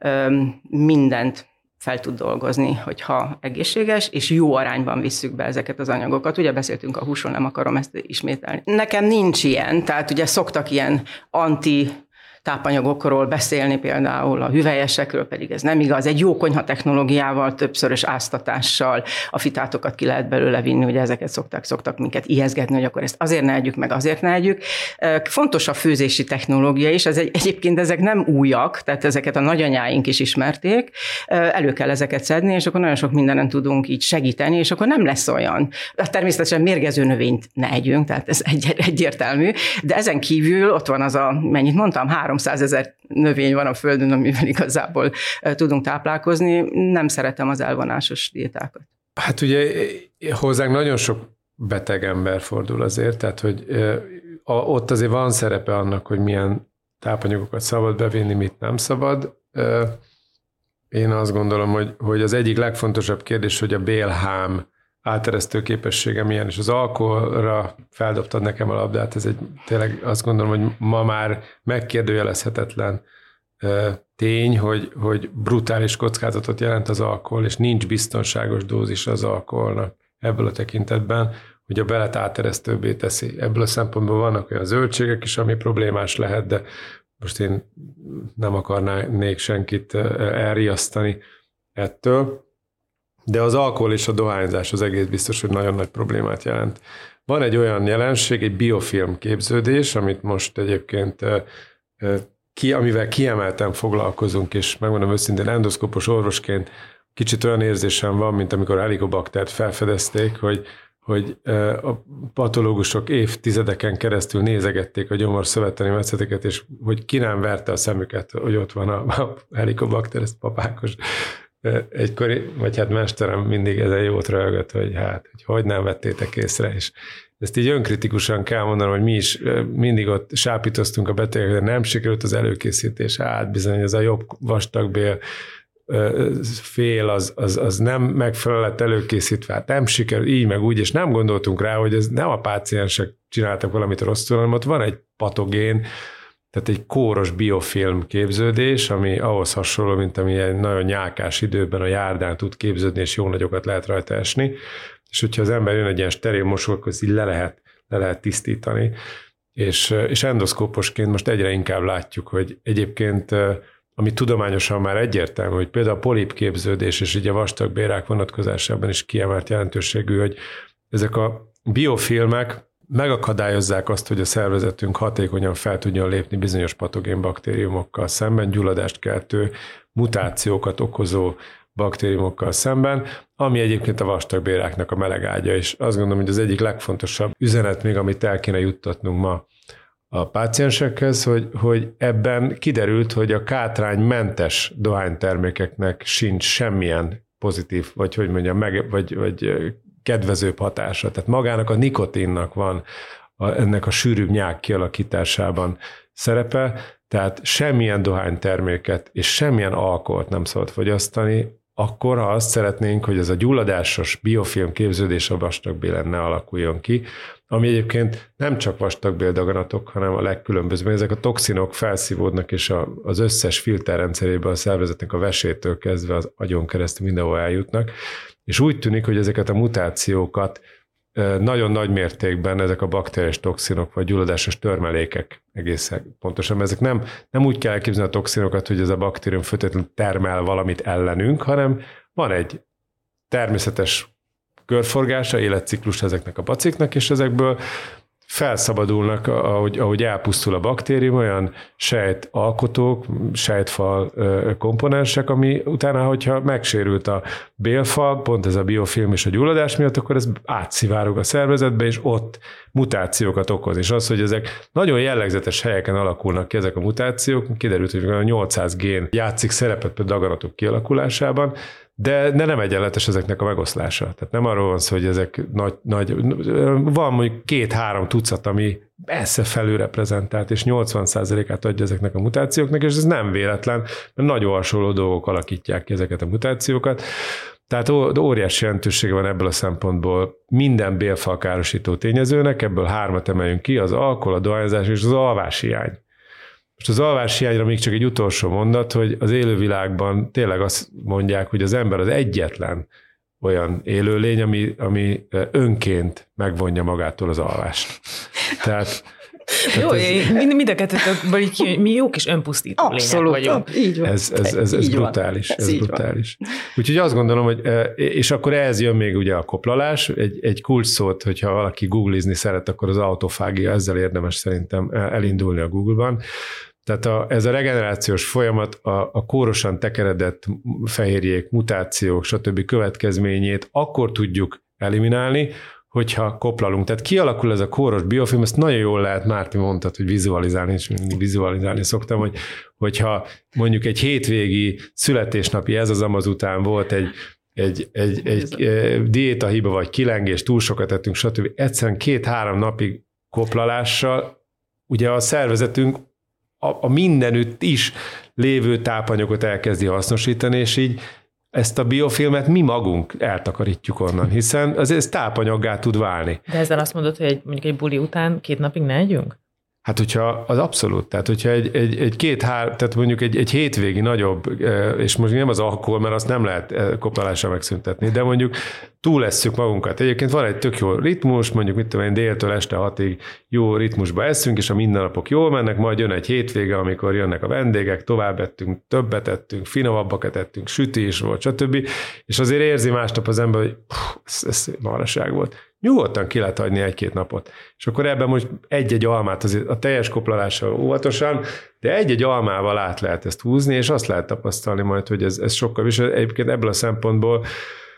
Speaker 1: mindent fel tud dolgozni, hogyha egészséges, és jó arányban visszük be ezeket az anyagokat. Ugye beszéltünk a húsról, nem akarom ezt ismételni. Nekem nincs ilyen, tehát ugye szoktak ilyen anti tápanyagokról beszélni, például a hüvelyesekről, pedig ez nem igaz. Egy jó konyha technológiával, többszörös áztatással a fitátokat ki lehet belőle vinni, ugye ezeket szoktak, szoktak minket ijeszgetni, hogy akkor ezt azért ne együk, meg azért ne együk. Fontos a főzési technológia is, ez egy, egyébként ezek nem újak, tehát ezeket a nagyanyáink is ismerték, elő kell ezeket szedni, és akkor nagyon sok mindenen tudunk így segíteni, és akkor nem lesz olyan. Természetesen mérgező növényt ne együnk, tehát ez egy, egyértelmű, de ezen kívül ott van az a, mennyit mondtam, háromszázezer növény van a Földön, amivel igazából tudunk táplálkozni. Nem szeretem az elvonásos diétákat.
Speaker 2: Hát ugye hozzánk nagyon sok beteg ember fordul azért, tehát hogy ott azért van szerepe annak, hogy milyen tápanyagokat szabad bevinni, mit nem szabad. Én azt gondolom, hogy, hogy az egyik legfontosabb kérdés, hogy a bélhám áteresztő képessége milyen, és az alkoholra feldobtad nekem a labdát, ez egy tényleg azt gondolom, hogy ma már megkérdőjelezhetetlen tény, hogy, hogy brutális kockázatot jelent az alkohol, és nincs biztonságos dózis az alkoholnak ebből a tekintetben, hogy a belet áteresztőbbé teszi. Ebből a szempontból vannak olyan zöldségek is, ami problémás lehet, de most én nem akarnék senkit elriasztani ettől. De az alkohol és a dohányzás az egész biztos, hogy nagyon nagy problémát jelent. Van egy olyan jelenség, egy biofilm képződés, amit most egyébként ki, amivel kiemelten foglalkozunk, és megmondom őszintén, endoszkópos orvosként kicsit olyan érzésem van, mint amikor a helikobaktert felfedezték, hogy, hogy a patológusok évtizedeken keresztül nézegették a gyomorszövettani metszeteket, és hogy ki nem verte a szemüket, hogy ott van a, a helikobakter, ez papákos. Egykor, vagy hát mesterem mindig ezen jót röhögött, hogy hát, hogy, hogy nem vettétek észre, és ezt így önkritikusan kell mondanom, hogy mi is mindig ott sápítoztunk a betegekre, nem sikerült az előkészítés, hát bizony ez a jobb vastagbél fél, az, az, az nem megfelelett előkészítve, hát nem sikerült, így meg úgy, és nem gondoltunk rá, hogy ez nem a páciensek csináltak valamit rosszul, hanem ott van egy patogén, tehát egy kóros biofilm képződés, ami ahhoz hasonló, mint ami egy nagyon nyálkás időben a járdán tud képződni, és jó nagyokat lehet rajta esni, és hogyha az ember jön egy ilyen steril mosó, akkor így le lehet, le lehet tisztítani. És, és endoszkóposként most egyre inkább látjuk, hogy egyébként, ami tudományosan már egyértelmű, hogy például a polipképződés és így a vastagbélrák vonatkozásában is kiemelt jelentőségű, hogy ezek a biofilmek megakadályozzák azt, hogy a szervezetünk hatékonyan fel tudjon lépni bizonyos patogén baktériumokkal szemben, gyulladást keltő, mutációkat okozó baktériumokkal szemben, ami egyébként a vastagbélráknak a melegágya, és azt gondolom, hogy az egyik legfontosabb üzenet még, amit el kéne juttatnunk ma a páciensekhez, hogy, hogy ebben kiderült, hogy a kátránymentes dohánytermékeknek sincs semmilyen pozitív, vagy hogy mondjam, meg, vagy, vagy kedvezőbb hatása. Tehát magának a nikotinnak van a, ennek a sűrűbb nyák kialakításában szerepe, tehát semmilyen dohányterméket és semmilyen alkoholt nem szabad fogyasztani, akkor, ha azt szeretnénk, hogy ez a gyulladásos biofilm képződés a vastagbélen ne alakuljon ki, ami egyébként nem csak vastagbéldaganatok, hanem a legkülönbözőbb. Ezek a toxinok felszívódnak, és a, az összes filterrendszerében a szervezetnek a vesétől kezdve az agyon keresztül mindenhol eljutnak, és úgy tűnik, hogy ezeket a mutációkat nagyon nagy mértékben ezek a bakteriális toxinok vagy gyulladásos törmelékek egészen pontosan. Ezek nem, nem úgy kell elképzelni a toxinokat, hogy ez a baktérium feltétlenül termel valamit ellenünk, hanem van egy természetes körforgása, életciklus ezeknek a baciknak, és ezekből felszabadulnak, ahogy, ahogy elpusztul a baktérium, olyan sejtalkotók, sejtfal komponensek, ami utána, hogyha megsérült a bélfal, pont ez a biofilm és a gyulladás miatt, akkor ez átszivárog a szervezetbe, és ott mutációkat okoz. És az, hogy ezek nagyon jellegzetes helyeken alakulnak ki ezek a mutációk, kiderült, hogy a nyolcszáz gén játszik szerepet például daganatok kialakulásában, de, de nem egyenletes ezeknek a megoszlása. Tehát nem arról van szó, hogy ezek nagy, nagy van mondjuk két-három tucat, ami messze felülreprezentált, és nyolcvan százalékát adja ezeknek a mutációknak, és ez nem véletlen, mert nagyon hasonló dolgok alakítják ki ezeket a mutációkat. Tehát óriási jelentősége van ebből a szempontból minden bélfalkárosító tényezőnek, ebből hármat emeljünk ki, az alkohol, a dohányzás és az alváshiány. Most az alváshiányra még csak egy utolsó mondat, hogy az élővilágban tényleg azt mondják, hogy az ember az egyetlen olyan élőlény, ami, ami önként megvonja magától az alvást. Tehát
Speaker 3: jó, ez, mind, mind a kettőtökből így, mi jó kis önpusztító lények vagyunk.
Speaker 1: Így van.
Speaker 2: Ez, ez, ez, ez brutális. Ez, ez brutális. Úgyhogy azt gondolom, hogy, és akkor ehhez jön még ugye a koplalás, egy, egy kulcs szót, hogyha valaki googlizni szeret, akkor az autofágia, ezzel érdemes szerintem elindulni a Google-ban. Tehát a, ez a regenerációs folyamat a, a kórosan tekeredett fehérjék, mutációk, stb. Következményét akkor tudjuk eliminálni, hogyha koplalunk. Tehát kialakul ez a kóros biofilm, ezt nagyon jól lehet, Márti mondtad, hogy vizualizálni, és mindig vizualizálni szoktam, hogy, hogyha mondjuk egy hétvégi születésnapi ez az amaz után volt egy, egy, egy, egy, egy diétahiba, vagy kilengés, túl sokat ettünk, stb. Egyszerűen két-három napig koplalással ugye a szervezetünk a, a mindenütt is lévő tápanyagot elkezdi hasznosítani, és így ezt a biofilmet mi magunk eltakarítjuk onnan, hiszen az ez tápanyaggá tud válni.
Speaker 3: De ezzel azt mondod, hogy egy, mondjuk egy buli után két napig ne együnk?
Speaker 2: Hát, hogyha az abszolút, tehát hogyha egy, egy, egy két-hár, tehát mondjuk egy, egy hétvégi nagyobb, és most nem az alkohol, mert azt nem lehet koplalással megszüntetni, de mondjuk túlesszük magunkat. Egyébként van egy tök jó ritmus, mondjuk mit tudom én, déltől este hatig jó ritmusba eszünk, és a mindennapok jól mennek, majd jön egy hétvége, amikor jönnek a vendégek, tovább ettünk, többet ettünk, finomabbakat ettünk, süti is volt, stb. És azért érzi másnap az ember, hogy pff, ez, ez maraság volt. Nyugodtan ki lehet hagyni egy-két napot. És akkor ebben most egy-egy almát, azért a teljes koplalással óvatosan, de egy-egy almával át lehet ezt húzni, és azt lehet tapasztalni majd, hogy ez, ez sokkal, és egyébként ebből a szempontból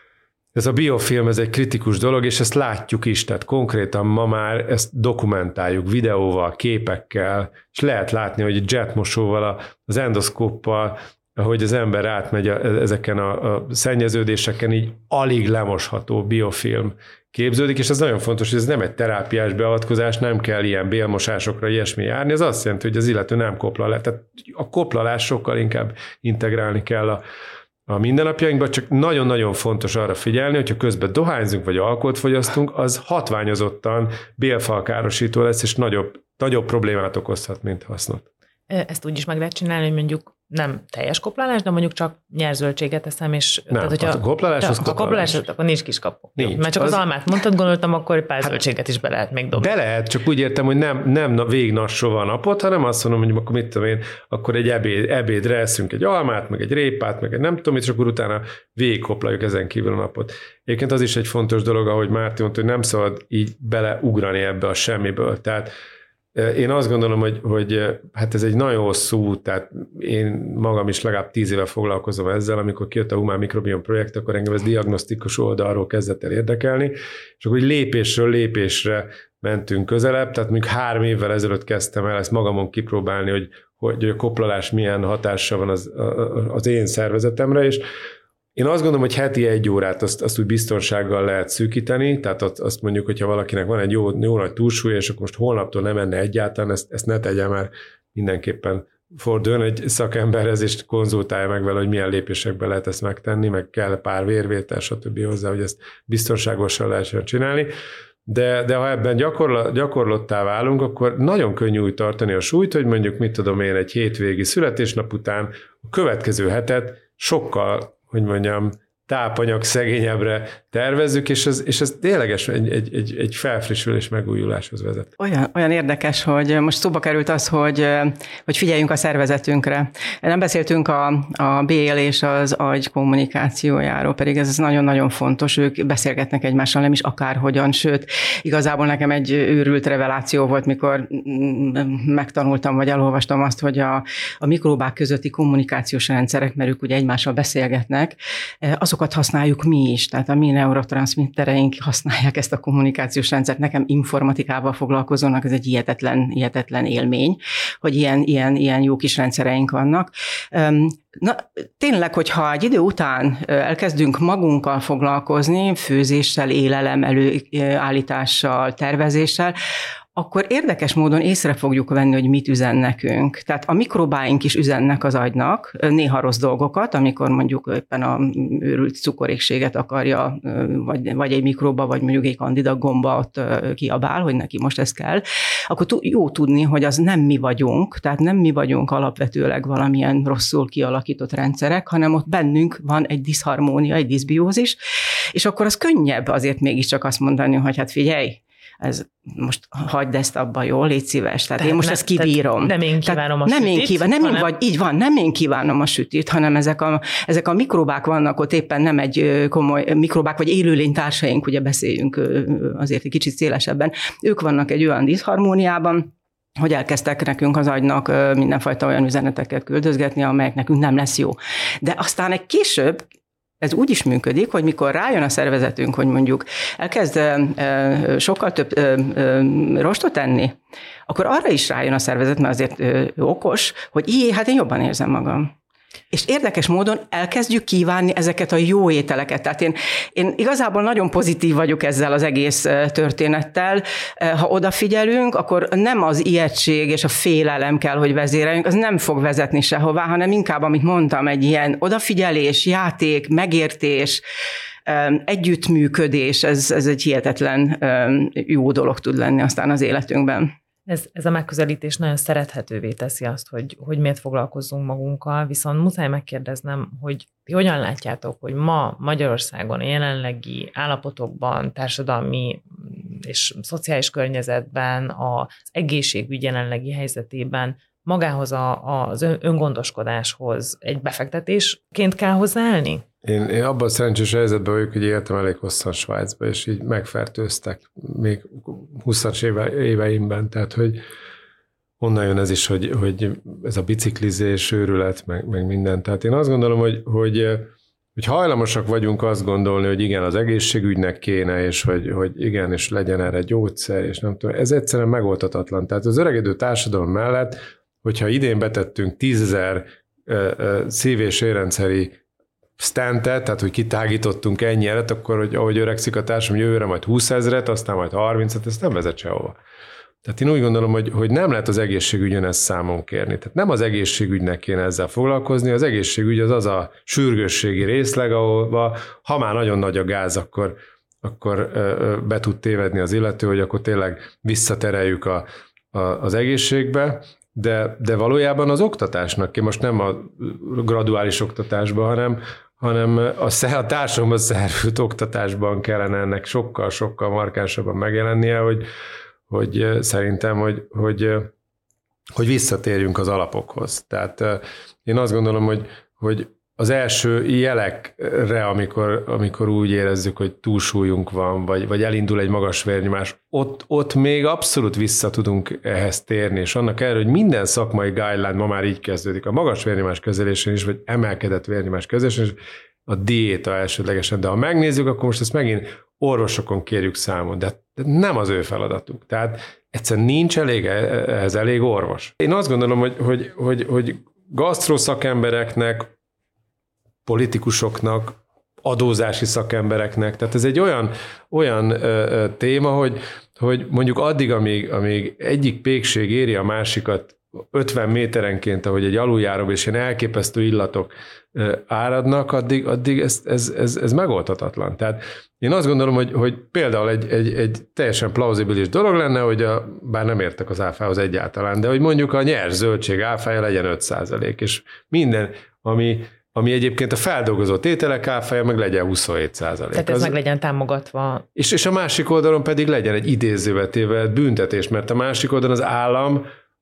Speaker 2: ez a biofilm, ez egy kritikus dolog, és ezt látjuk is, tehát konkrétan ma már ezt dokumentáljuk videóval, képekkel, és lehet látni, hogy jetmosóval, az endoszkóppal, ahogy az ember átmegy a, ezeken a, a szennyeződéseken, így alig lemosható biofilm képződik, és ez nagyon fontos, hogy ez nem egy terápiás beavatkozás, nem kell ilyen bélmosásokra ilyesmi járni, ez azt jelenti, hogy az illető nem koplal le. Tehát a koplalás sokkal inkább integrálni kell a, a mindennapjainkba, csak nagyon-nagyon fontos arra figyelni, hogyha közben dohányzunk, vagy alkoholt fogyasztunk, az hatványozottan bélfalkárosító lesz, és nagyobb, nagyobb problémát okozhat, mint hasznot.
Speaker 3: Ezt úgy is meg lehet csinálni, hogy mondjuk nem teljes koplalás, de mondjuk csak nyerzöldséget eszem, és...
Speaker 2: Nem, tehát, hogyha, a koplalás az
Speaker 3: koplalás. A koplalás, akkor nincs kis kapu. Nincs. Mert csak az, az almát mondtad, gondoltam, akkor egy pár hát, zöldséget is be lehet még dobni.
Speaker 2: Be lehet, csak úgy értem, hogy nem, nem végnassova a napot, hanem azt mondom, hogy akkor mit tudom én, akkor egy ebéd, ebédre eszünk egy almát, meg egy répát, meg egy nem tudom, és akkor utána végigkoplaljuk ezen kívül a napot. Egyébként az is egy fontos dolog, ahogy Márti mondta, hogy nem szabad így beleugrani ebbe a semmiből. Tehát én azt gondolom, hogy, hogy hát ez egy nagyon hosszú út, tehát én magam is legalább tíz éve foglalkozom ezzel, amikor kijött a Humán Mikrobiom projekt, akkor engem ez diagnosztikus oldalról kezdett el érdekelni, és akkor lépésről lépésre mentünk közelebb, tehát mondjuk három évvel ezelőtt kezdtem el ezt magamon kipróbálni, hogy, hogy a koplalás milyen hatással van az, az én szervezetemre, és én azt gondolom, hogy heti egy órát azt, azt úgy biztonsággal lehet szűkíteni, tehát azt mondjuk, hogyha valakinek van egy jó, jó nagy túlsúly, és akkor most holnaptól nem enne egyáltalán, ezt, ezt ne tegye, mert mindenképpen forduljon egy szakemberhez, és konzultálja meg vele, hogy milyen lépésekben lehet ezt megtenni, meg kell pár vérvétel, stb. Hozzá, hogy ezt biztonságosan lehessen csinálni. De, de ha ebben gyakorla, gyakorlottá válunk, akkor nagyon könnyű úgy tartani a súlyt, hogy mondjuk, mit tudom én, egy hétvégi születésnap után a következő hetet sokkal, hogy mondjam, tápanyag szegényebbre tervezzük, és ez, és ez tényleges egy, egy, egy, egy felfrissülés, megújuláshoz vezet.
Speaker 1: Olyan, olyan érdekes, hogy most szóba került az, hogy, hogy figyeljünk a szervezetünkre. Nem beszéltünk a, a bél és az agy kommunikációjáról, pedig ez nagyon-nagyon fontos, ők beszélgetnek egymással, nem is akárhogyan, sőt, igazából nekem egy őrült reveláció volt, mikor megtanultam, vagy elolvastam azt, hogy a, a mikrobák közötti kommunikációs rendszerek, mert ők ugye egymással beszélgetnek, azokat használjuk mi is, tehát a mi neurotranszmittereink használják ezt a kommunikációs rendszert. Nekem informatikával foglalkozónak, ez egy hihetetlen, hihetetlen élmény, hogy ilyen, ilyen, ilyen jó kis rendszereink vannak. Na, tényleg, hogyha egy idő után elkezdünk magunkkal foglalkozni, főzéssel, élelem előállítással, tervezéssel, akkor érdekes módon észre fogjuk venni, hogy mit üzen nekünk. Tehát a mikrobáink is üzennek az agynak, néha rossz dolgokat, amikor mondjuk éppen a őrült cukorékséget akarja, vagy, vagy egy mikróba, vagy mondjuk egy kandida gomba ott kiabál, hogy neki most ez kell, akkor jó tudni, hogy az nem mi vagyunk, tehát nem mi vagyunk alapvetőleg valamilyen rosszul kialakított rendszerek, hanem ott bennünk van egy diszharmónia, egy diszbiózis, és akkor az könnyebb azért mégiscsak azt mondani, hogy hát figyelj, ez most hagyd ezt abba, jól, légy szíves. Tehát, tehát én most ne, ezt kibírom.
Speaker 3: Nem én kívánom tehát a
Speaker 1: nem
Speaker 3: sütit.
Speaker 1: Én kívánom, nem hanem... én vagy, így van, nem én kívánom a sütit, hanem ezek a, ezek a mikrobák vannak ott éppen nem egy komoly mikrobák, vagy élőlénytársaink, ugye beszéljünk azért egy kicsit szélesebben. Ők vannak egy olyan diszharmóniában, hogy elkezdtek nekünk az agynak mindenfajta olyan üzeneteket küldözgetni, amelyek nekünk nem lesz jó. De aztán egy később ez úgy is működik, hogy mikor rájön a szervezetünk, hogy mondjuk elkezd sokkal több rostot enni, akkor arra is rájön a szervezet, mert azért okos, hogy így, hát én jobban érzem magam. És érdekes módon elkezdjük kívánni ezeket a jó ételeket. Tehát én, én igazából nagyon pozitív vagyok ezzel az egész történettel. Ha odafigyelünk, akkor nem az ijegység és a félelem kell, hogy vezéreljünk, az nem fog vezetni sehová, hanem inkább, amit mondtam, egy ilyen odafigyelés, játék, megértés, együttműködés, ez, ez egy hihetetlen jó dolog tud lenni aztán az életünkben.
Speaker 3: Ez, ez a megközelítés nagyon szerethetővé teszi azt, hogy, hogy miért foglalkozzunk magunkkal, viszont muszáj megkérdeznem, hogy ti hogyan látjátok, hogy ma Magyarországon jelenlegi állapotokban, társadalmi és szociális környezetben, az egészségügy jelenlegi helyzetében magához a, az öngondoskodáshoz egy befektetésként kell hozzáállni?
Speaker 2: Én, én abban a szerencsés helyzetben vagyok, hogy éltem elég hosszan Svájcba, és így megfertőztek még húszas éve, éveimben, tehát hogy onnan jön ez is, hogy, hogy ez a biciklizés, őrület, meg, meg minden. Tehát én azt gondolom, hogy, hogy, hogy hajlamosak vagyunk azt gondolni, hogy igen, az egészségügynek kéne, és hogy, hogy igen, és legyen erre gyógyszer, és nem tudom, ez egyszerűen megoldhatatlan. Tehát az öregedő társadalom mellett, hogyha idén betettünk tízezer szív- és érrendszeri stentet, tehát hogy kitágítottunk ennyi eret, akkor hogy ahogy öregszik a társadalom, jövőre majd húszezret, aztán majd harmincat, ezt nem vezet sehova. Tehát én úgy gondolom, hogy, hogy nem lehet az egészségügyön ezt számon kérni. Tehát nem az egészségügynek kéne ezzel foglalkozni, az egészségügy az az a sürgősségi részleg, ahol ha már nagyon nagy a gáz, akkor, akkor be tud tévedni az illető, hogy akkor tényleg visszatereljük a, a, az egészségbe, de, de valójában az oktatásnak, ki most nem a graduális oktatásban, hanem, hanem a, a társadalomban szervült oktatásban kellene ennek sokkal-sokkal markánsabban megjelennie, hogy, hogy szerintem, hogy, hogy, hogy visszatérjünk az alapokhoz. Tehát én azt gondolom, hogy, hogy az első jelekre, amikor, amikor úgy érezzük, hogy túlsúlyunk van, vagy, vagy elindul egy magas vérnyomás, ott, ott még abszolút vissza tudunk ehhez térni, és annak ellenére, hogy minden szakmai guideline ma már így kezdődik, a magas vérnyomás kezelésén is, vagy emelkedett vérnyomás kezelésén is, a diéta elsődlegesen, de ha megnézzük, akkor most ezt megint orvosokon kérjük számon, de nem az ő feladatuk. Tehát egyszerűen nincs elég, ehhez elég orvos. Én azt gondolom, hogy, hogy, hogy, hogy gasztroszakembereknek, politikusoknak, adózási szakembereknek. Tehát ez egy olyan, olyan ö, téma, hogy, hogy mondjuk addig, amíg, amíg egyik pékség éri a másikat ötven méterenként, ahogy egy aluljáró, és ilyen elképesztő illatok ö, áradnak, addig, addig ez, ez, ez, ez megoldhatatlan. Tehát én azt gondolom, hogy, hogy például egy, egy, egy teljesen plauzibilis dolog lenne, hogy a, bár nem értek az áfához egyáltalán, de hogy mondjuk a nyers zöldség áfája legyen öt százalék, és minden, ami ami egyébként a feldolgozott ételek áfája meg legyen huszonhét százalék.
Speaker 3: Tehát ez az, meg legyen támogatva.
Speaker 2: És, és a másik oldalon pedig legyen egy idézővel téve büntetés, mert a másik oldalon az állam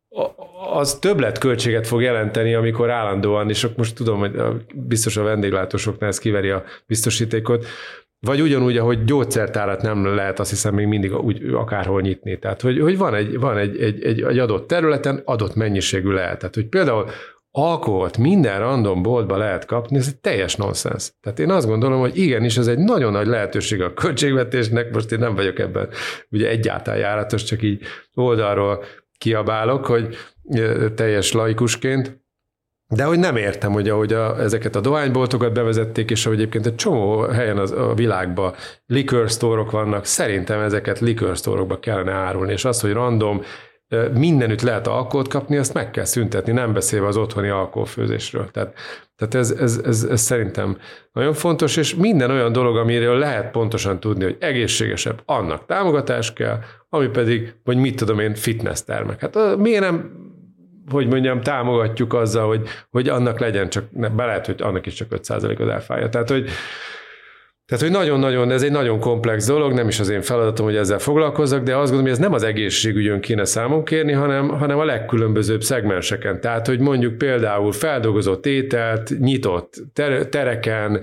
Speaker 2: az többletköltséget fog jelenteni, amikor állandóan, és most tudom, hogy biztos a vendéglátósoknál ez kiveri a biztosítékot, vagy ugyanúgy, ahogy gyógyszertárat nem lehet, azt hiszem, még mindig úgy akárhol nyitni. Tehát, hogy, hogy van, egy, van egy, egy, egy, egy adott területen adott mennyiségű lehet. Tehát, hogy például alkoholt minden random boltba lehet kapni, ez egy teljes nonsens. Tehát én azt gondolom, hogy igenis, ez egy nagyon nagy lehetőség a költségvetésnek, most én nem vagyok ebben ugye egyáltalán járatos, csak így oldalról kiabálok, hogy teljes laikusként, De hogy nem értem, hogy ahogy a, ezeket a dohányboltokat bevezették, és ahogy egyébként egy csomó helyen az, a világban liquor store-ok vannak, szerintem ezeket liquor store-okba kellene árulni, és az, hogy random mindenütt lehet alkoholt kapni, azt meg kell szüntetni, nem beszélve az otthoni alkoholfőzésről. Tehát, tehát ez, ez, ez, ez szerintem nagyon fontos, és minden olyan dolog, amiről lehet pontosan tudni, hogy egészségesebb, annak támogatás kell, ami pedig, vagy mit tudom én, fitness termek. Hát miért nem, hogy mondjam, támogatjuk azzal, hogy, hogy annak legyen csak, be lehet, hogy annak is csak öt százalék az elfája. Tehát, hogy Tehát, hogy nagyon-nagyon, ez egy nagyon komplex dolog, nem is az én feladatom, hogy ezzel foglalkozzak, de azt gondolom, hogy ez nem az egészségügyön kéne számon kérni, hanem, hanem a legkülönbözőbb szegmenseken. Tehát, hogy mondjuk például feldolgozott ételt nyitott ter- tereken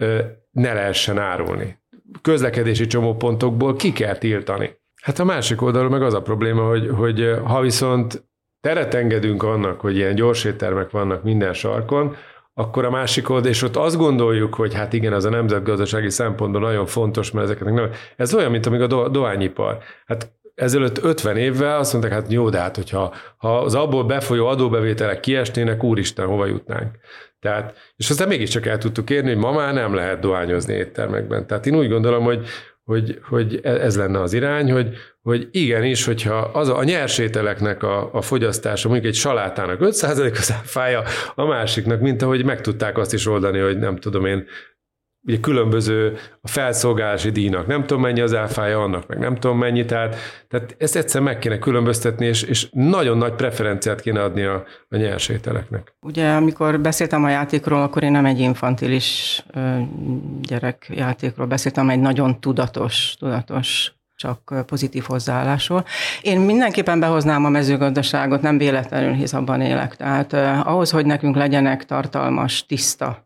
Speaker 2: ne lehessen árulni. Közlekedési csomópontokból ki kell tiltani. Hát a másik oldalról meg az a probléma, hogy, hogy ha viszont teret engedünk annak, hogy ilyen gyorséttermek vannak minden sarkon, akkor a másik oldal, és ott azt gondoljuk, hogy hát igen, az a nemzetgazdasági szempontból nagyon fontos, mert ezeknek nem... Ez olyan, mint amíg a do- dohányipar. Hát ezelőtt ötven évvel azt mondták, hát jó, de hát hogyha ha az abból befolyó adóbevételek kiesnének, úristen, hova jutnánk. Tehát, és aztán mégiscsak el tudtuk érni, hogy ma már nem lehet dohányozni éttermekben. Tehát én úgy gondolom, hogy Hogy, hogy ez lenne az irány, hogy, hogy igenis, hogyha az a, a nyersételeknek a, a fogyasztása, mondjuk egy salátának öt százalék az áfája, a másiknak, mint ahogy meg tudták azt is oldani, hogy nem tudom én, ugye különböző a felszolgálási díjnak nem tudom mennyi az áfája, annak meg nem tudom mennyi, tehát, tehát ezt egyszer meg kéne különböztetni, és, és nagyon nagy preferenciát kéne adni a, a nyersételeknek.
Speaker 1: Ugye, amikor beszéltem a játékról, akkor én nem egy infantilis gyerekjátékról beszéltem, egy nagyon tudatos, tudatos, csak pozitív hozzáállásról. Én mindenképpen behoznám a mezőgazdaságot, nem véletlenül, hisz abban élek. Tehát ahhoz, hogy nekünk legyenek tartalmas, tiszta,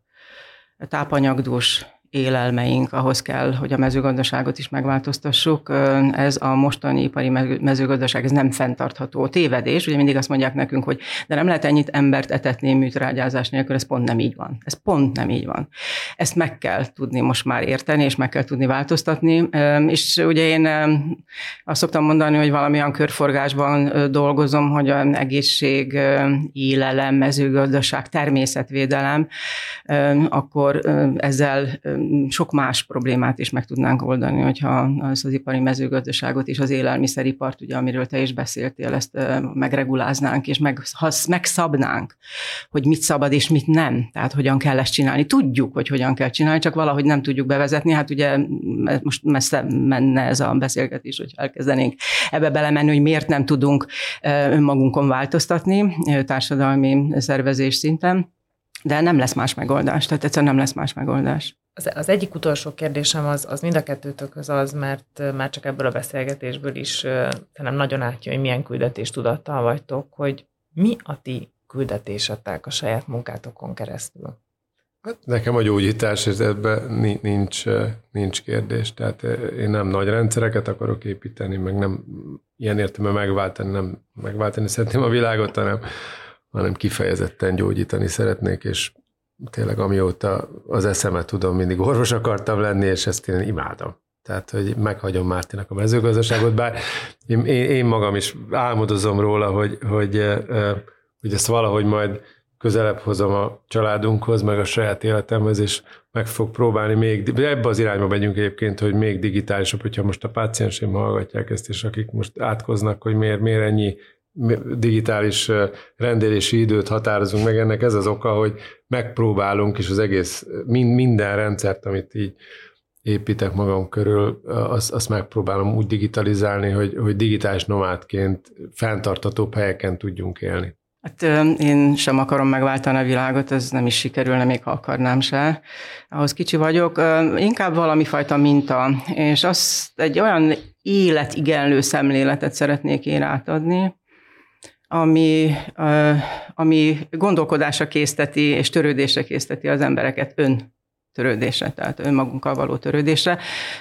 Speaker 1: tápanyagdús élelmeink, ahhoz kell, hogy a mezőgazdaságot is megváltoztassuk. Ez a mostani ipari mezőgazdaság, ez nem fenntartható. Tévedés, ugye mindig azt mondják nekünk, hogy de nem lehet ennyit embert etetni műtrágyázás nélkül, ez pont nem így van. Ez pont nem így van. Ezt meg kell tudni most már érteni, és meg kell tudni változtatni. És ugye én azt szoktam mondani, hogy valamilyen körforgásban dolgozom, hogy az egészség, élelem, mezőgazdaság, természetvédelem, akkor ezzel sok más problémát is meg tudnánk oldani, hogyha az, az ipari mezőgazdaságot és az élelmiszeripart, ugye, amiről te is beszéltél, ezt megreguláznánk és meg, megszabnánk, hogy mit szabad és mit nem. Tehát hogyan kell ezt csinálni. Tudjuk, hogy hogyan kell csinálni, csak valahogy nem tudjuk bevezetni. Hát ugye most messze menne ez a beszélgetés, hogy elkezdenénk ebbe belemenni, hogy miért nem tudunk önmagunkon változtatni társadalmi szervezés szinten. De nem lesz más megoldás, tehát egyszerűen nem lesz más megoldás.
Speaker 3: Az, az egyik utolsó kérdésem az, az mind a kettőtökhöz az, mert már csak ebből a beszélgetésből is szerintem nagyon átjön, hogy milyen küldetéstudattal vagytok, hogy mi a ti küldetésetek a saját munkátokon keresztül?
Speaker 2: Hát nekem a gyógyítás, és ebben nincs, nincs kérdés. Tehát én nem nagy rendszereket akarok építeni, meg nem ilyen értelemben megváltani, nem megváltani szeretném a világot, hanem hanem kifejezetten gyógyítani szeretnék, és tényleg amióta az eszemet tudom, mindig orvos akartam lenni, és ezt én imádom. Tehát, hogy meghagyom Mártinak a mezőgazdaságot, bár én, én magam is álmodozom róla, hogy, hogy, hogy ezt valahogy majd közelebb hozom a családunkhoz, meg a saját életemhez, és meg fog próbálni még, ebbe az irányba megyünk egyébként, hogy még digitálisabb, hogyha most a pácienseim hallgatják ezt, és akik most átkoznak, hogy miért, miért ennyi digitális rendelési időt határozunk meg, ennek ez az oka, hogy megpróbálunk, és az egész, minden rendszert, amit így építek magam körül, azt, azt megpróbálom úgy digitalizálni, hogy, hogy digitális nomádként fenntarthatóbb helyeken tudjunk élni.
Speaker 1: Hát én sem akarom megváltani a világot, ez nem is sikerülne, még ha akarnám se. Ahhoz kicsi vagyok. Inkább valami fajta minta, és azt egy olyan életigenlő szemléletet szeretnék én átadni, ami, ami gondolkodásra készteti és törődésre készteti az embereket ön törődésre, tehát önmagunkkal való törődésre.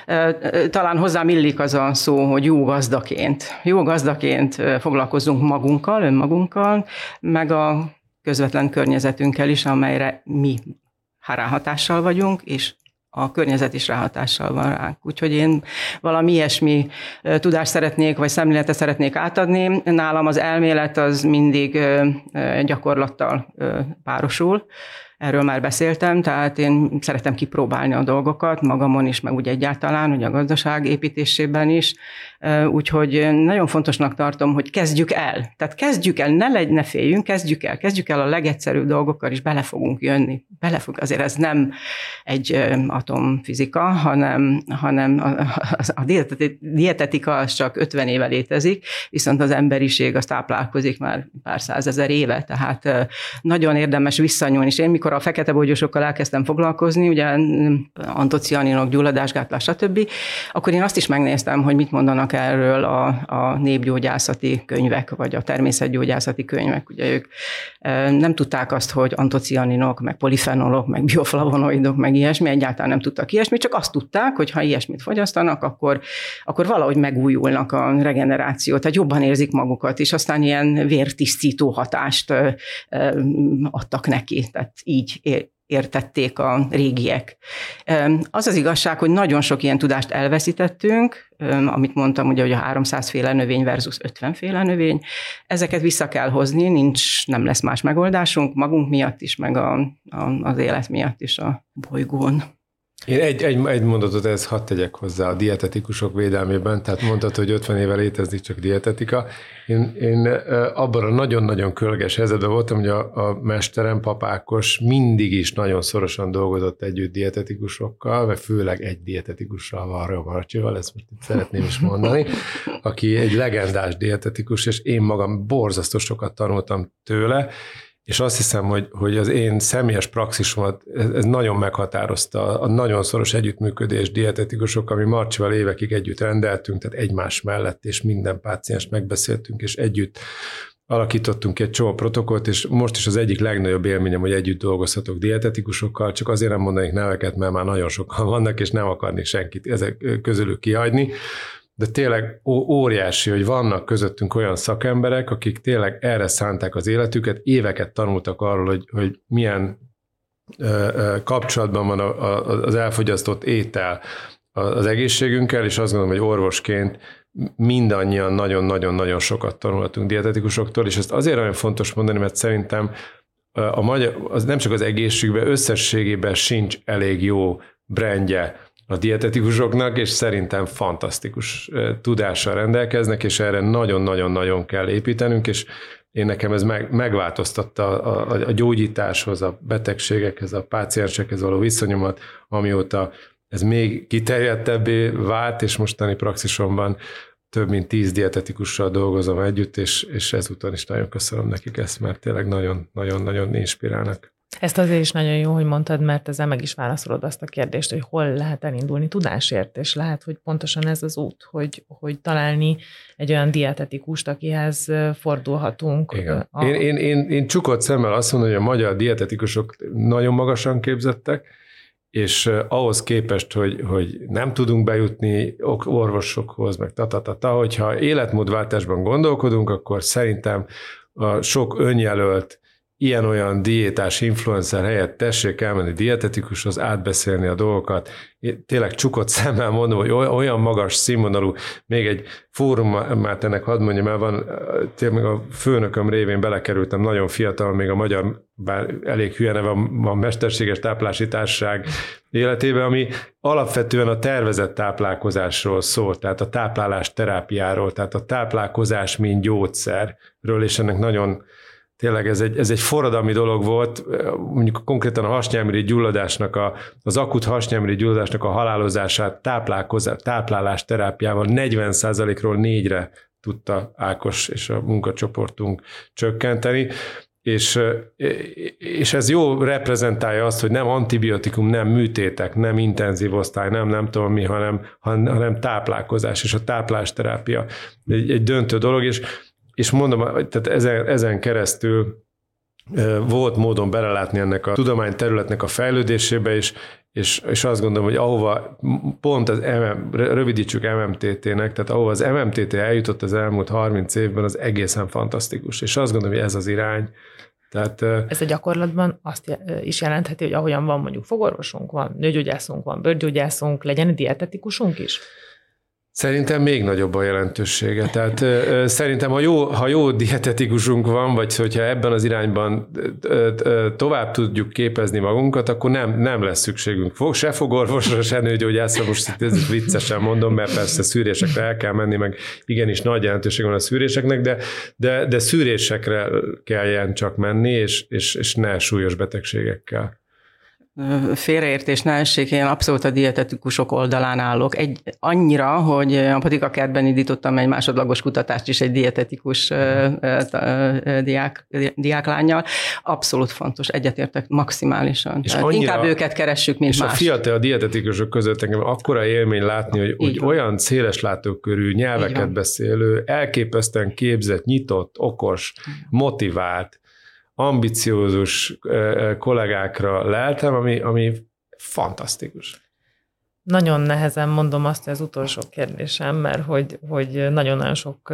Speaker 1: Talán hozzám illik az a szó, hogy jó gazdaként. Jó gazdaként foglalkozzunk magunkkal, önmagunkkal, meg a közvetlen környezetünkkel is, amelyre mi ráhatással vagyunk, és a környezet is ráhatással van ránk. Úgyhogy én valami ilyesmi tudást szeretnék, vagy szemléletet szeretnék átadni. Nálam az elmélet az mindig gyakorlattal párosul. Erről már beszéltem, tehát én szeretem kipróbálni a dolgokat, magamon is, meg úgy egyáltalán, hogy a gazdaság építésében is. Úgyhogy nagyon fontosnak tartom, hogy kezdjük el. Tehát kezdjük el, ne, legy, ne féljünk, kezdjük el. Kezdjük el a legegyszerűbb dolgokkal, és bele fogunk jönni. Bele fog, azért ez nem egy atomfizika, hanem, hanem a, a dietetika az csak ötven éve létezik, viszont az emberiség az táplálkozik már pár százezer éve, tehát nagyon érdemes visszanyúlni. És én mikor a fekete bogyósokkal elkezdtem foglalkozni, ugye antocianinok, gyulladásgátlás, stb., akkor én azt is megnéztem, hogy mit mondanak erről a, a népgyógyászati könyvek, vagy a természetgyógyászati könyvek. Ugye ők nem tudták azt, hogy antocianinok, meg polifenolok, meg bioflavonoidok, meg ilyesmi, egyáltalán nem tudtak ilyesmi, csak azt tudták, hogy ha ilyesmit fogyasztanak, akkor, akkor valahogy megújulnak a regeneráció, tehát jobban érzik magukat, és aztán ilyen vértisztító hatást adtak neki, tehát így értették a régiek. Az az igazság, hogy nagyon sok ilyen tudást elveszítettünk, amit mondtam, ugye, hogy a háromszáz féle növény versus ötven féle növény. Ezeket vissza kell hozni, nincs, nem lesz más megoldásunk, magunk miatt is, meg a, a, az élet miatt is a bolygón.
Speaker 2: Én egy, egy, egy mondatot ehhez hadd tegyek hozzá a dietetikusok védelmében, tehát mondtad, hogy ötven éve létezik csak dietetika. Én, én abban a nagyon-nagyon különleges helyzetben voltam, hogy a, a mesterem, Pap Ákos mindig is nagyon szorosan dolgozott együtt dietetikusokkal, vagy főleg egy dietetikussal, Varga Marcsival, ezt most itt szeretném is mondani, aki egy legendás dietetikus, és én magam borzasztó sokat tanultam tőle, és azt hiszem, hogy, hogy az én személyes praxisomat ez, ez nagyon meghatározta, a nagyon szoros együttműködés dietetikusok, ami Marcsival évekig együtt rendeltünk, tehát egymás mellett, és minden páciens megbeszéltünk, és együtt alakítottunk egy csomó protokollt, és most is az egyik legnagyobb élményem, hogy együtt dolgozhatok dietetikusokkal, csak azért nem mondanék neveket, mert már nagyon sokan vannak, és nem akarnék senkit ezek közülük kihagyni. De tényleg óriási, hogy vannak közöttünk olyan szakemberek, akik tényleg erre szánták az életüket, éveket tanultak arról, hogy, hogy milyen ö, ö, kapcsolatban van a, a, az elfogyasztott étel az egészségünkkel, és azt gondolom, hogy orvosként mindannyian nagyon-nagyon-nagyon sokat tanulhatunk dietetikusoktól, és ezt azért nagyon fontos mondani, mert szerintem a magyar, az nem csak az egészségben, összességében sincs elég jó brandje a dietetikusoknak, és szerintem fantasztikus tudással rendelkeznek, és erre nagyon-nagyon-nagyon kell építenünk, és én nekem ez meg, megváltoztatta a, a, a gyógyításhoz, a betegségekhez, a páciensekhez való viszonyomat, amióta ez még kiterjedtebbé vált, és mostani praxisomban több mint tíz dietetikussal dolgozom együtt, és, és ezúton is nagyon köszönöm nekik ezt, mert tényleg nagyon-nagyon-nagyon inspirálnak.
Speaker 3: Ezt azért is nagyon jó, hogy mondtad, mert ezzel meg is válaszolod azt a kérdést, hogy hol lehet elindulni tudásért, és lehet, hogy pontosan ez az út, hogy, hogy találni egy olyan dietetikust, akihez fordulhatunk.
Speaker 2: Igen. A... Én, én, én, én csukott szemmel azt mondom, hogy a magyar dietetikusok nagyon magasan képzettek, és ahhoz képest, hogy, hogy nem tudunk bejutni orvosokhoz, meg tatatata, hogyha életmódváltásban gondolkodunk, akkor szerintem a sok önjelölt ilyen-olyan diétás influencer helyett tessék elmenni dietetikushoz, átbeszélni a dolgokat. Én tényleg csukott szemmel mondom, hogy olyan magas színvonalú, még egy fórumát ennek hadd mondjam el, van, tényleg a főnököm révén belekerültem nagyon fiatal, még a magyar, bár elég hülye neve van, mesterséges táplási társaság életében, ami alapvetően a tervezett táplálkozásról szól, tehát a táplálás terápiáról, tehát a táplálkozás mint gyógyszerről, és ennek nagyon tényleg ez egy, ez egy forradalmi dolog volt, mondjuk konkrétan a hasnyálmirigy gyulladásnak, a, az akut hasnyálmirigy gyulladásnak a halálozását táplálás terápiával negyven százalékról négyre tudta Ákos és a munkacsoportunk csökkenteni, és, és ez jó reprezentálja azt, hogy nem antibiotikum, nem műtétek, nem intenzív osztály, nem nem tudom mi, hanem, hanem táplálkozás, és a táplásterápia egy, egy döntő dolog, és És mondom, tehát ezen, ezen keresztül volt módon belelátni ennek a tudományterületnek a fejlődésébe, és, és, és azt gondolom, hogy ahova pont az em em, rövidítsük em em té té-nek, tehát ahova az em em té té eljutott az elmúlt harminc évben, az egészen fantasztikus. És azt gondolom, hogy ez az irány, Tehát,
Speaker 3: ez a gyakorlatban azt is jelentheti, hogy ahogyan van mondjuk fogorvosunk, van nőgyógyászunk, van bőrgyógyászunk, legyen dietetikusunk is?
Speaker 2: Szerintem még nagyobb a jelentősége. Tehát ö, szerintem, ha jó, ha jó dietetikusunk van, vagy hogyha ebben az irányban ö, ö, tovább tudjuk képezni magunkat, akkor nem, nem lesz szükségünk fog, se fogorvosra, se nőgyógyászra. Most ezt viccesen mondom, mert persze szűrésekre el kell menni, meg igenis nagy jelentőség van a szűréseknek, de, de, de szűrésekre kelljen csak menni, és, és, és ne súlyos betegségekkel.
Speaker 1: Félreértés ne essék, én abszolút a dietetikusok oldalán állok. Egy, annyira, hogy a Patikakertben indítottam egy másodlagos kutatást is egy dietetikus diák, diáklánnyal. Abszolút fontos, egyetértek maximálisan. Annyira, inkább őket keressük, mint
Speaker 2: és
Speaker 1: más.
Speaker 2: És a fiatal dietetikusok között engem akkora élmény látni, hogy, hogy olyan széles látókörű, nyelveket beszélő, elképesztően képzett, nyitott, okos, motivált, ambiciózus kollégákra leltem, ami, ami fantasztikus.
Speaker 3: Nagyon nehezen mondom azt, hogy az utolsó kérdésem, mert hogy, hogy nagyon-nagyon sok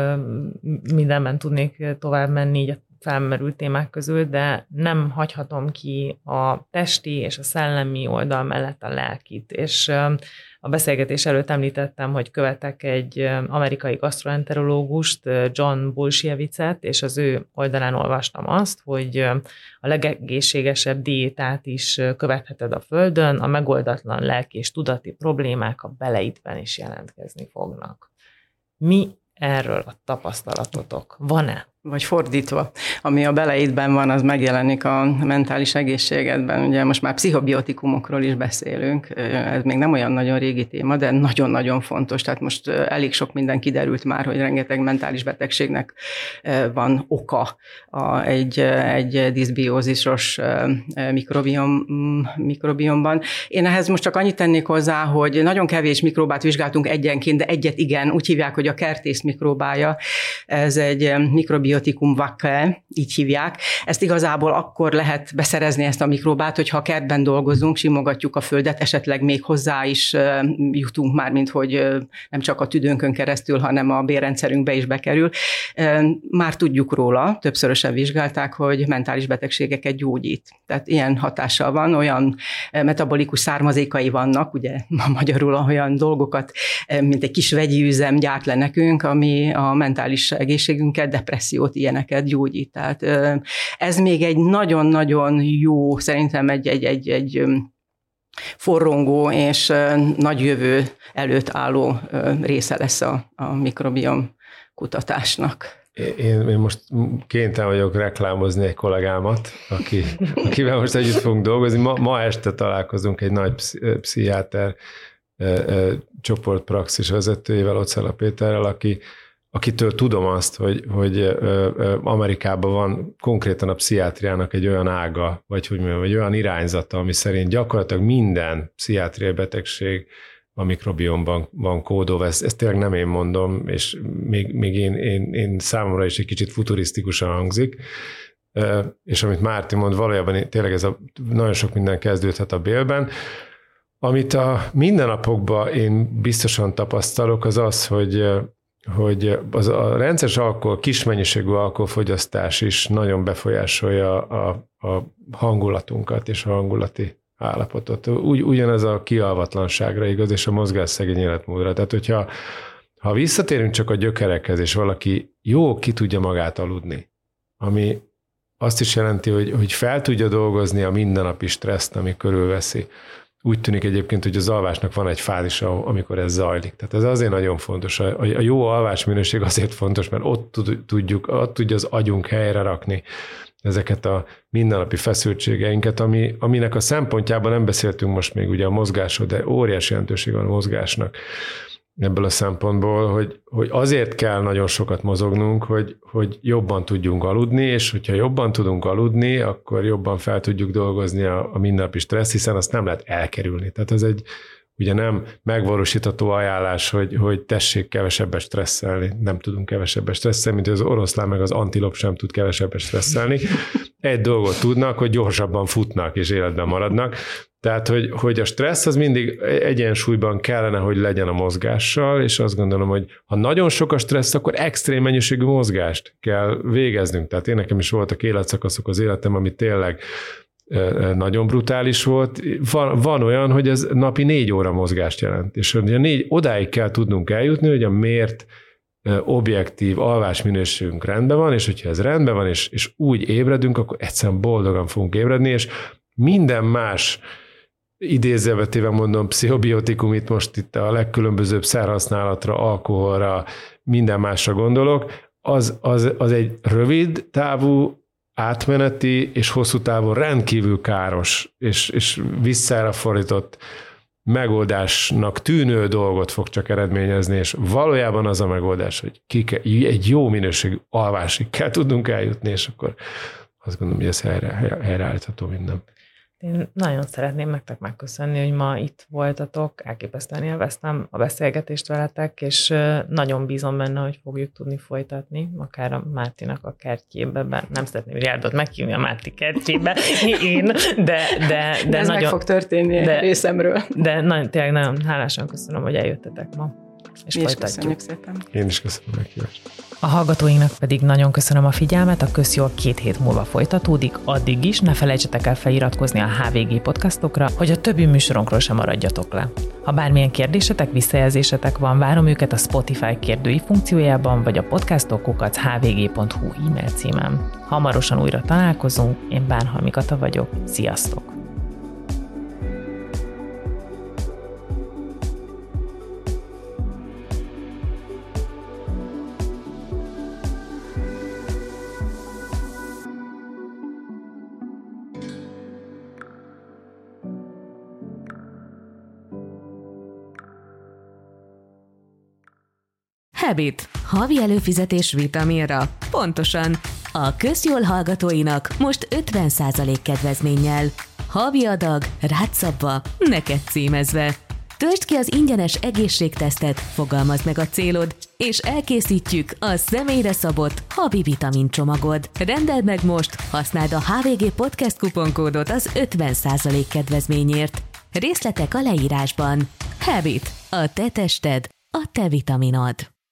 Speaker 3: mindenben tudnék tovább menni így a felmerült témák közül, de nem hagyhatom ki a testi és a szellemi oldal mellett a lelkit. És a beszélgetés előtt említettem, hogy követek egy amerikai gasztroenterológust, John Bolsiewicz-et, és az ő oldalán olvastam azt, hogy a legegészségesebb diétát is követheted a Földön, a megoldatlan lelki és tudati problémák a beleidben is jelentkezni fognak. Mi erről a tapasztalatotok? Van-e?
Speaker 1: Vagy fordítva, ami a beleidben van, az megjelenik a mentális egészségedben. Ugye most már pszichobiotikumokról is beszélünk, ez még nem olyan nagyon régi téma, de nagyon-nagyon fontos. Tehát most elég sok minden kiderült már, hogy rengeteg mentális betegségnek van oka egy, egy diszbiózisos mikrobiom, mikrobiomban. Én ehhez most csak annyit tennék hozzá, hogy nagyon kevés mikróbát vizsgáltunk egyenként, de egyet igen, úgy hívják, hogy a kertész mikróbája. Ez egy mikrobiom Biotikum vaccae, így hívják. Ezt igazából akkor lehet beszerezni ezt a mikróbát, hogyha a kertben dolgozunk, simogatjuk a földet, esetleg még hozzá is jutunk már, mint hogy nem csak a tüdőnkön keresztül, hanem a bérrendszerünkbe is bekerül. Már tudjuk róla, többszörösen vizsgálták, hogy mentális betegségeket gyógyít. Tehát ilyen hatással van, olyan metabolikus származékai vannak, ugye magyarul olyan dolgokat, mint egy kis vegyi üzem gyárt le nekünk, ami a mentális egészségünket, depresszió ilyeneket gyógyít. Tehát ez még egy nagyon-nagyon jó, szerintem egy, egy, egy, egy forrongó és nagy jövő előtt álló része lesz a, a mikrobiom kutatásnak.
Speaker 2: Én, én most kénytelen vagyok reklámozni egy kollégámat, aki, akivel most együtt fogunk dolgozni. Ma, ma este találkozunk egy nagy pszichiáter csoportpraxis vezetőjével, Ocella Péterrel, aki akitől tudom azt, hogy, hogy Amerikában van konkrétan a pszichiátriának egy olyan ága, vagy hogy mondjam, egy olyan irányzata, ami szerint gyakorlatilag minden pszichiátriai betegség a mikrobiomban van kódolva. Ezt, ezt tényleg nem én mondom, és még, még én, én, én számomra is egy kicsit futurisztikusan hangzik. És amit Márti mond, valójában tényleg ez a, nagyon sok minden kezdődhet a bélben. Amit a mindennapokban én biztosan tapasztalok, az az, hogy hogy az a rendszeres alkohol, kis mennyiségű alkoholfogyasztás is nagyon befolyásolja a, a hangulatunkat és a hangulati állapotot. Ugy, ugyanez a kialvatlanságra igaz, és a mozgásszegény életmódra. Tehát, hogyha ha visszatérünk csak a gyökerekhez, és valaki jó ki tudja magát aludni, ami azt is jelenti, hogy, hogy fel tudja dolgozni a mindennapi stresszt, ami körülveszi. Úgy tűnik egyébként, hogy az alvásnak van egy fázisa, amikor ez zajlik. Tehát ez azért nagyon fontos. A, a jó alvásminőség azért fontos, mert ott tudjuk, ott tudja az agyunk helyre rakni ezeket a mindennapi feszültségeinket, ami, aminek a szempontjában nem beszéltünk most még ugye a mozgásról, de óriási jelentőség van a mozgásnak ebből a szempontból, hogy, hogy azért kell nagyon sokat mozognunk, hogy, hogy jobban tudjunk aludni, és hogyha jobban tudunk aludni, akkor jobban fel tudjuk dolgozni a, a mindennapi stressz, hiszen azt nem lehet elkerülni. Tehát ez egy ugye nem megvalósítható ajánlás, hogy, hogy tessék kevesebbet stresszelni. Nem tudunk kevesebbet stresszelni, mint az oroszlán meg az antilop sem tud kevesebbet stresszelni. Egy dolgot tudnak, hogy gyorsabban futnak és életben maradnak. Tehát, hogy, hogy a stressz az mindig egyensúlyban kellene, hogy legyen a mozgással, és azt gondolom, hogy ha nagyon sok a stressz, akkor extrém mennyiségű mozgást kell végeznünk. Tehát én nekem is voltak életszakaszok az életem, ami tényleg nagyon brutális volt. Van, van olyan, hogy ez napi négy óra mozgást jelent. És ugye négy, odáig kell tudnunk eljutni, hogy a mért objektív alvásminőségünk rendben van, és hogyha ez rendben van, és, és úgy ébredünk, akkor egyszerűen boldogan fogunk ébredni, és minden más idézővetében mondom, pszichobiotikum, itt most itt a legkülönbözőbb szerhasználatra, alkoholra, minden másra gondolok, az, az, az egy rövid távú, átmeneti és hosszú távon rendkívül káros és, és visszára fordított megoldásnak tűnő dolgot fog csak eredményezni, és valójában az a megoldás, hogy ki kell, egy jó minőségű alvásig kell tudnunk eljutni, és akkor azt gondolom, hogy ez helyre, helyreállítható minden.
Speaker 3: Én nagyon szeretném nektek megköszönni, hogy ma itt voltatok, elképesztően élveztem a beszélgetést veletek, és nagyon bízom benne, hogy fogjuk tudni folytatni, akár a Mártinak a kertjébe, nem szeretném Riárdot meghívni a Márti kertjébe, én, de, de, de,
Speaker 1: de ez
Speaker 3: nagyon,
Speaker 1: meg fog történni de, részemről.
Speaker 3: De nagyon, tényleg nagyon hálásan köszönöm, hogy eljöttetek ma, és
Speaker 1: Mi
Speaker 3: folytatjuk.
Speaker 1: is köszönjük szépen.
Speaker 2: Én is köszönöm a meghívást.
Speaker 3: A hallgatóinknak pedig nagyon köszönöm a figyelmet, a Közjól két hét múlva folytatódik, addig is ne felejtsetek el feliratkozni a há vé gé podcastokra, hogy a többi műsorunkról sem maradjatok le. Ha bármilyen kérdésetek, visszajelzésetek van, várom őket a Spotify kérdői funkciójában, vagy a podcastok kukac há vé gé pont hú e-mail címen. Hamarosan újra találkozunk, én Bánhalmi Kata vagyok, sziasztok!
Speaker 4: Habit. Havi előfizetés Vitaminra. Pontosan. A Közjól hallgatóinak most ötven százalék kedvezménnyel. Havi adag, rád szabva, neked címezve. Töltsd ki az ingyenes egészségtesztet, fogalmazd meg a célod, és elkészítjük a személyre szabott havi vitamin csomagod. Rendeld meg most, használd a há vé gé Podcast kuponkódot az ötven százalék kedvezményért. Részletek a leírásban. Habit. A te tested, a te vitaminod.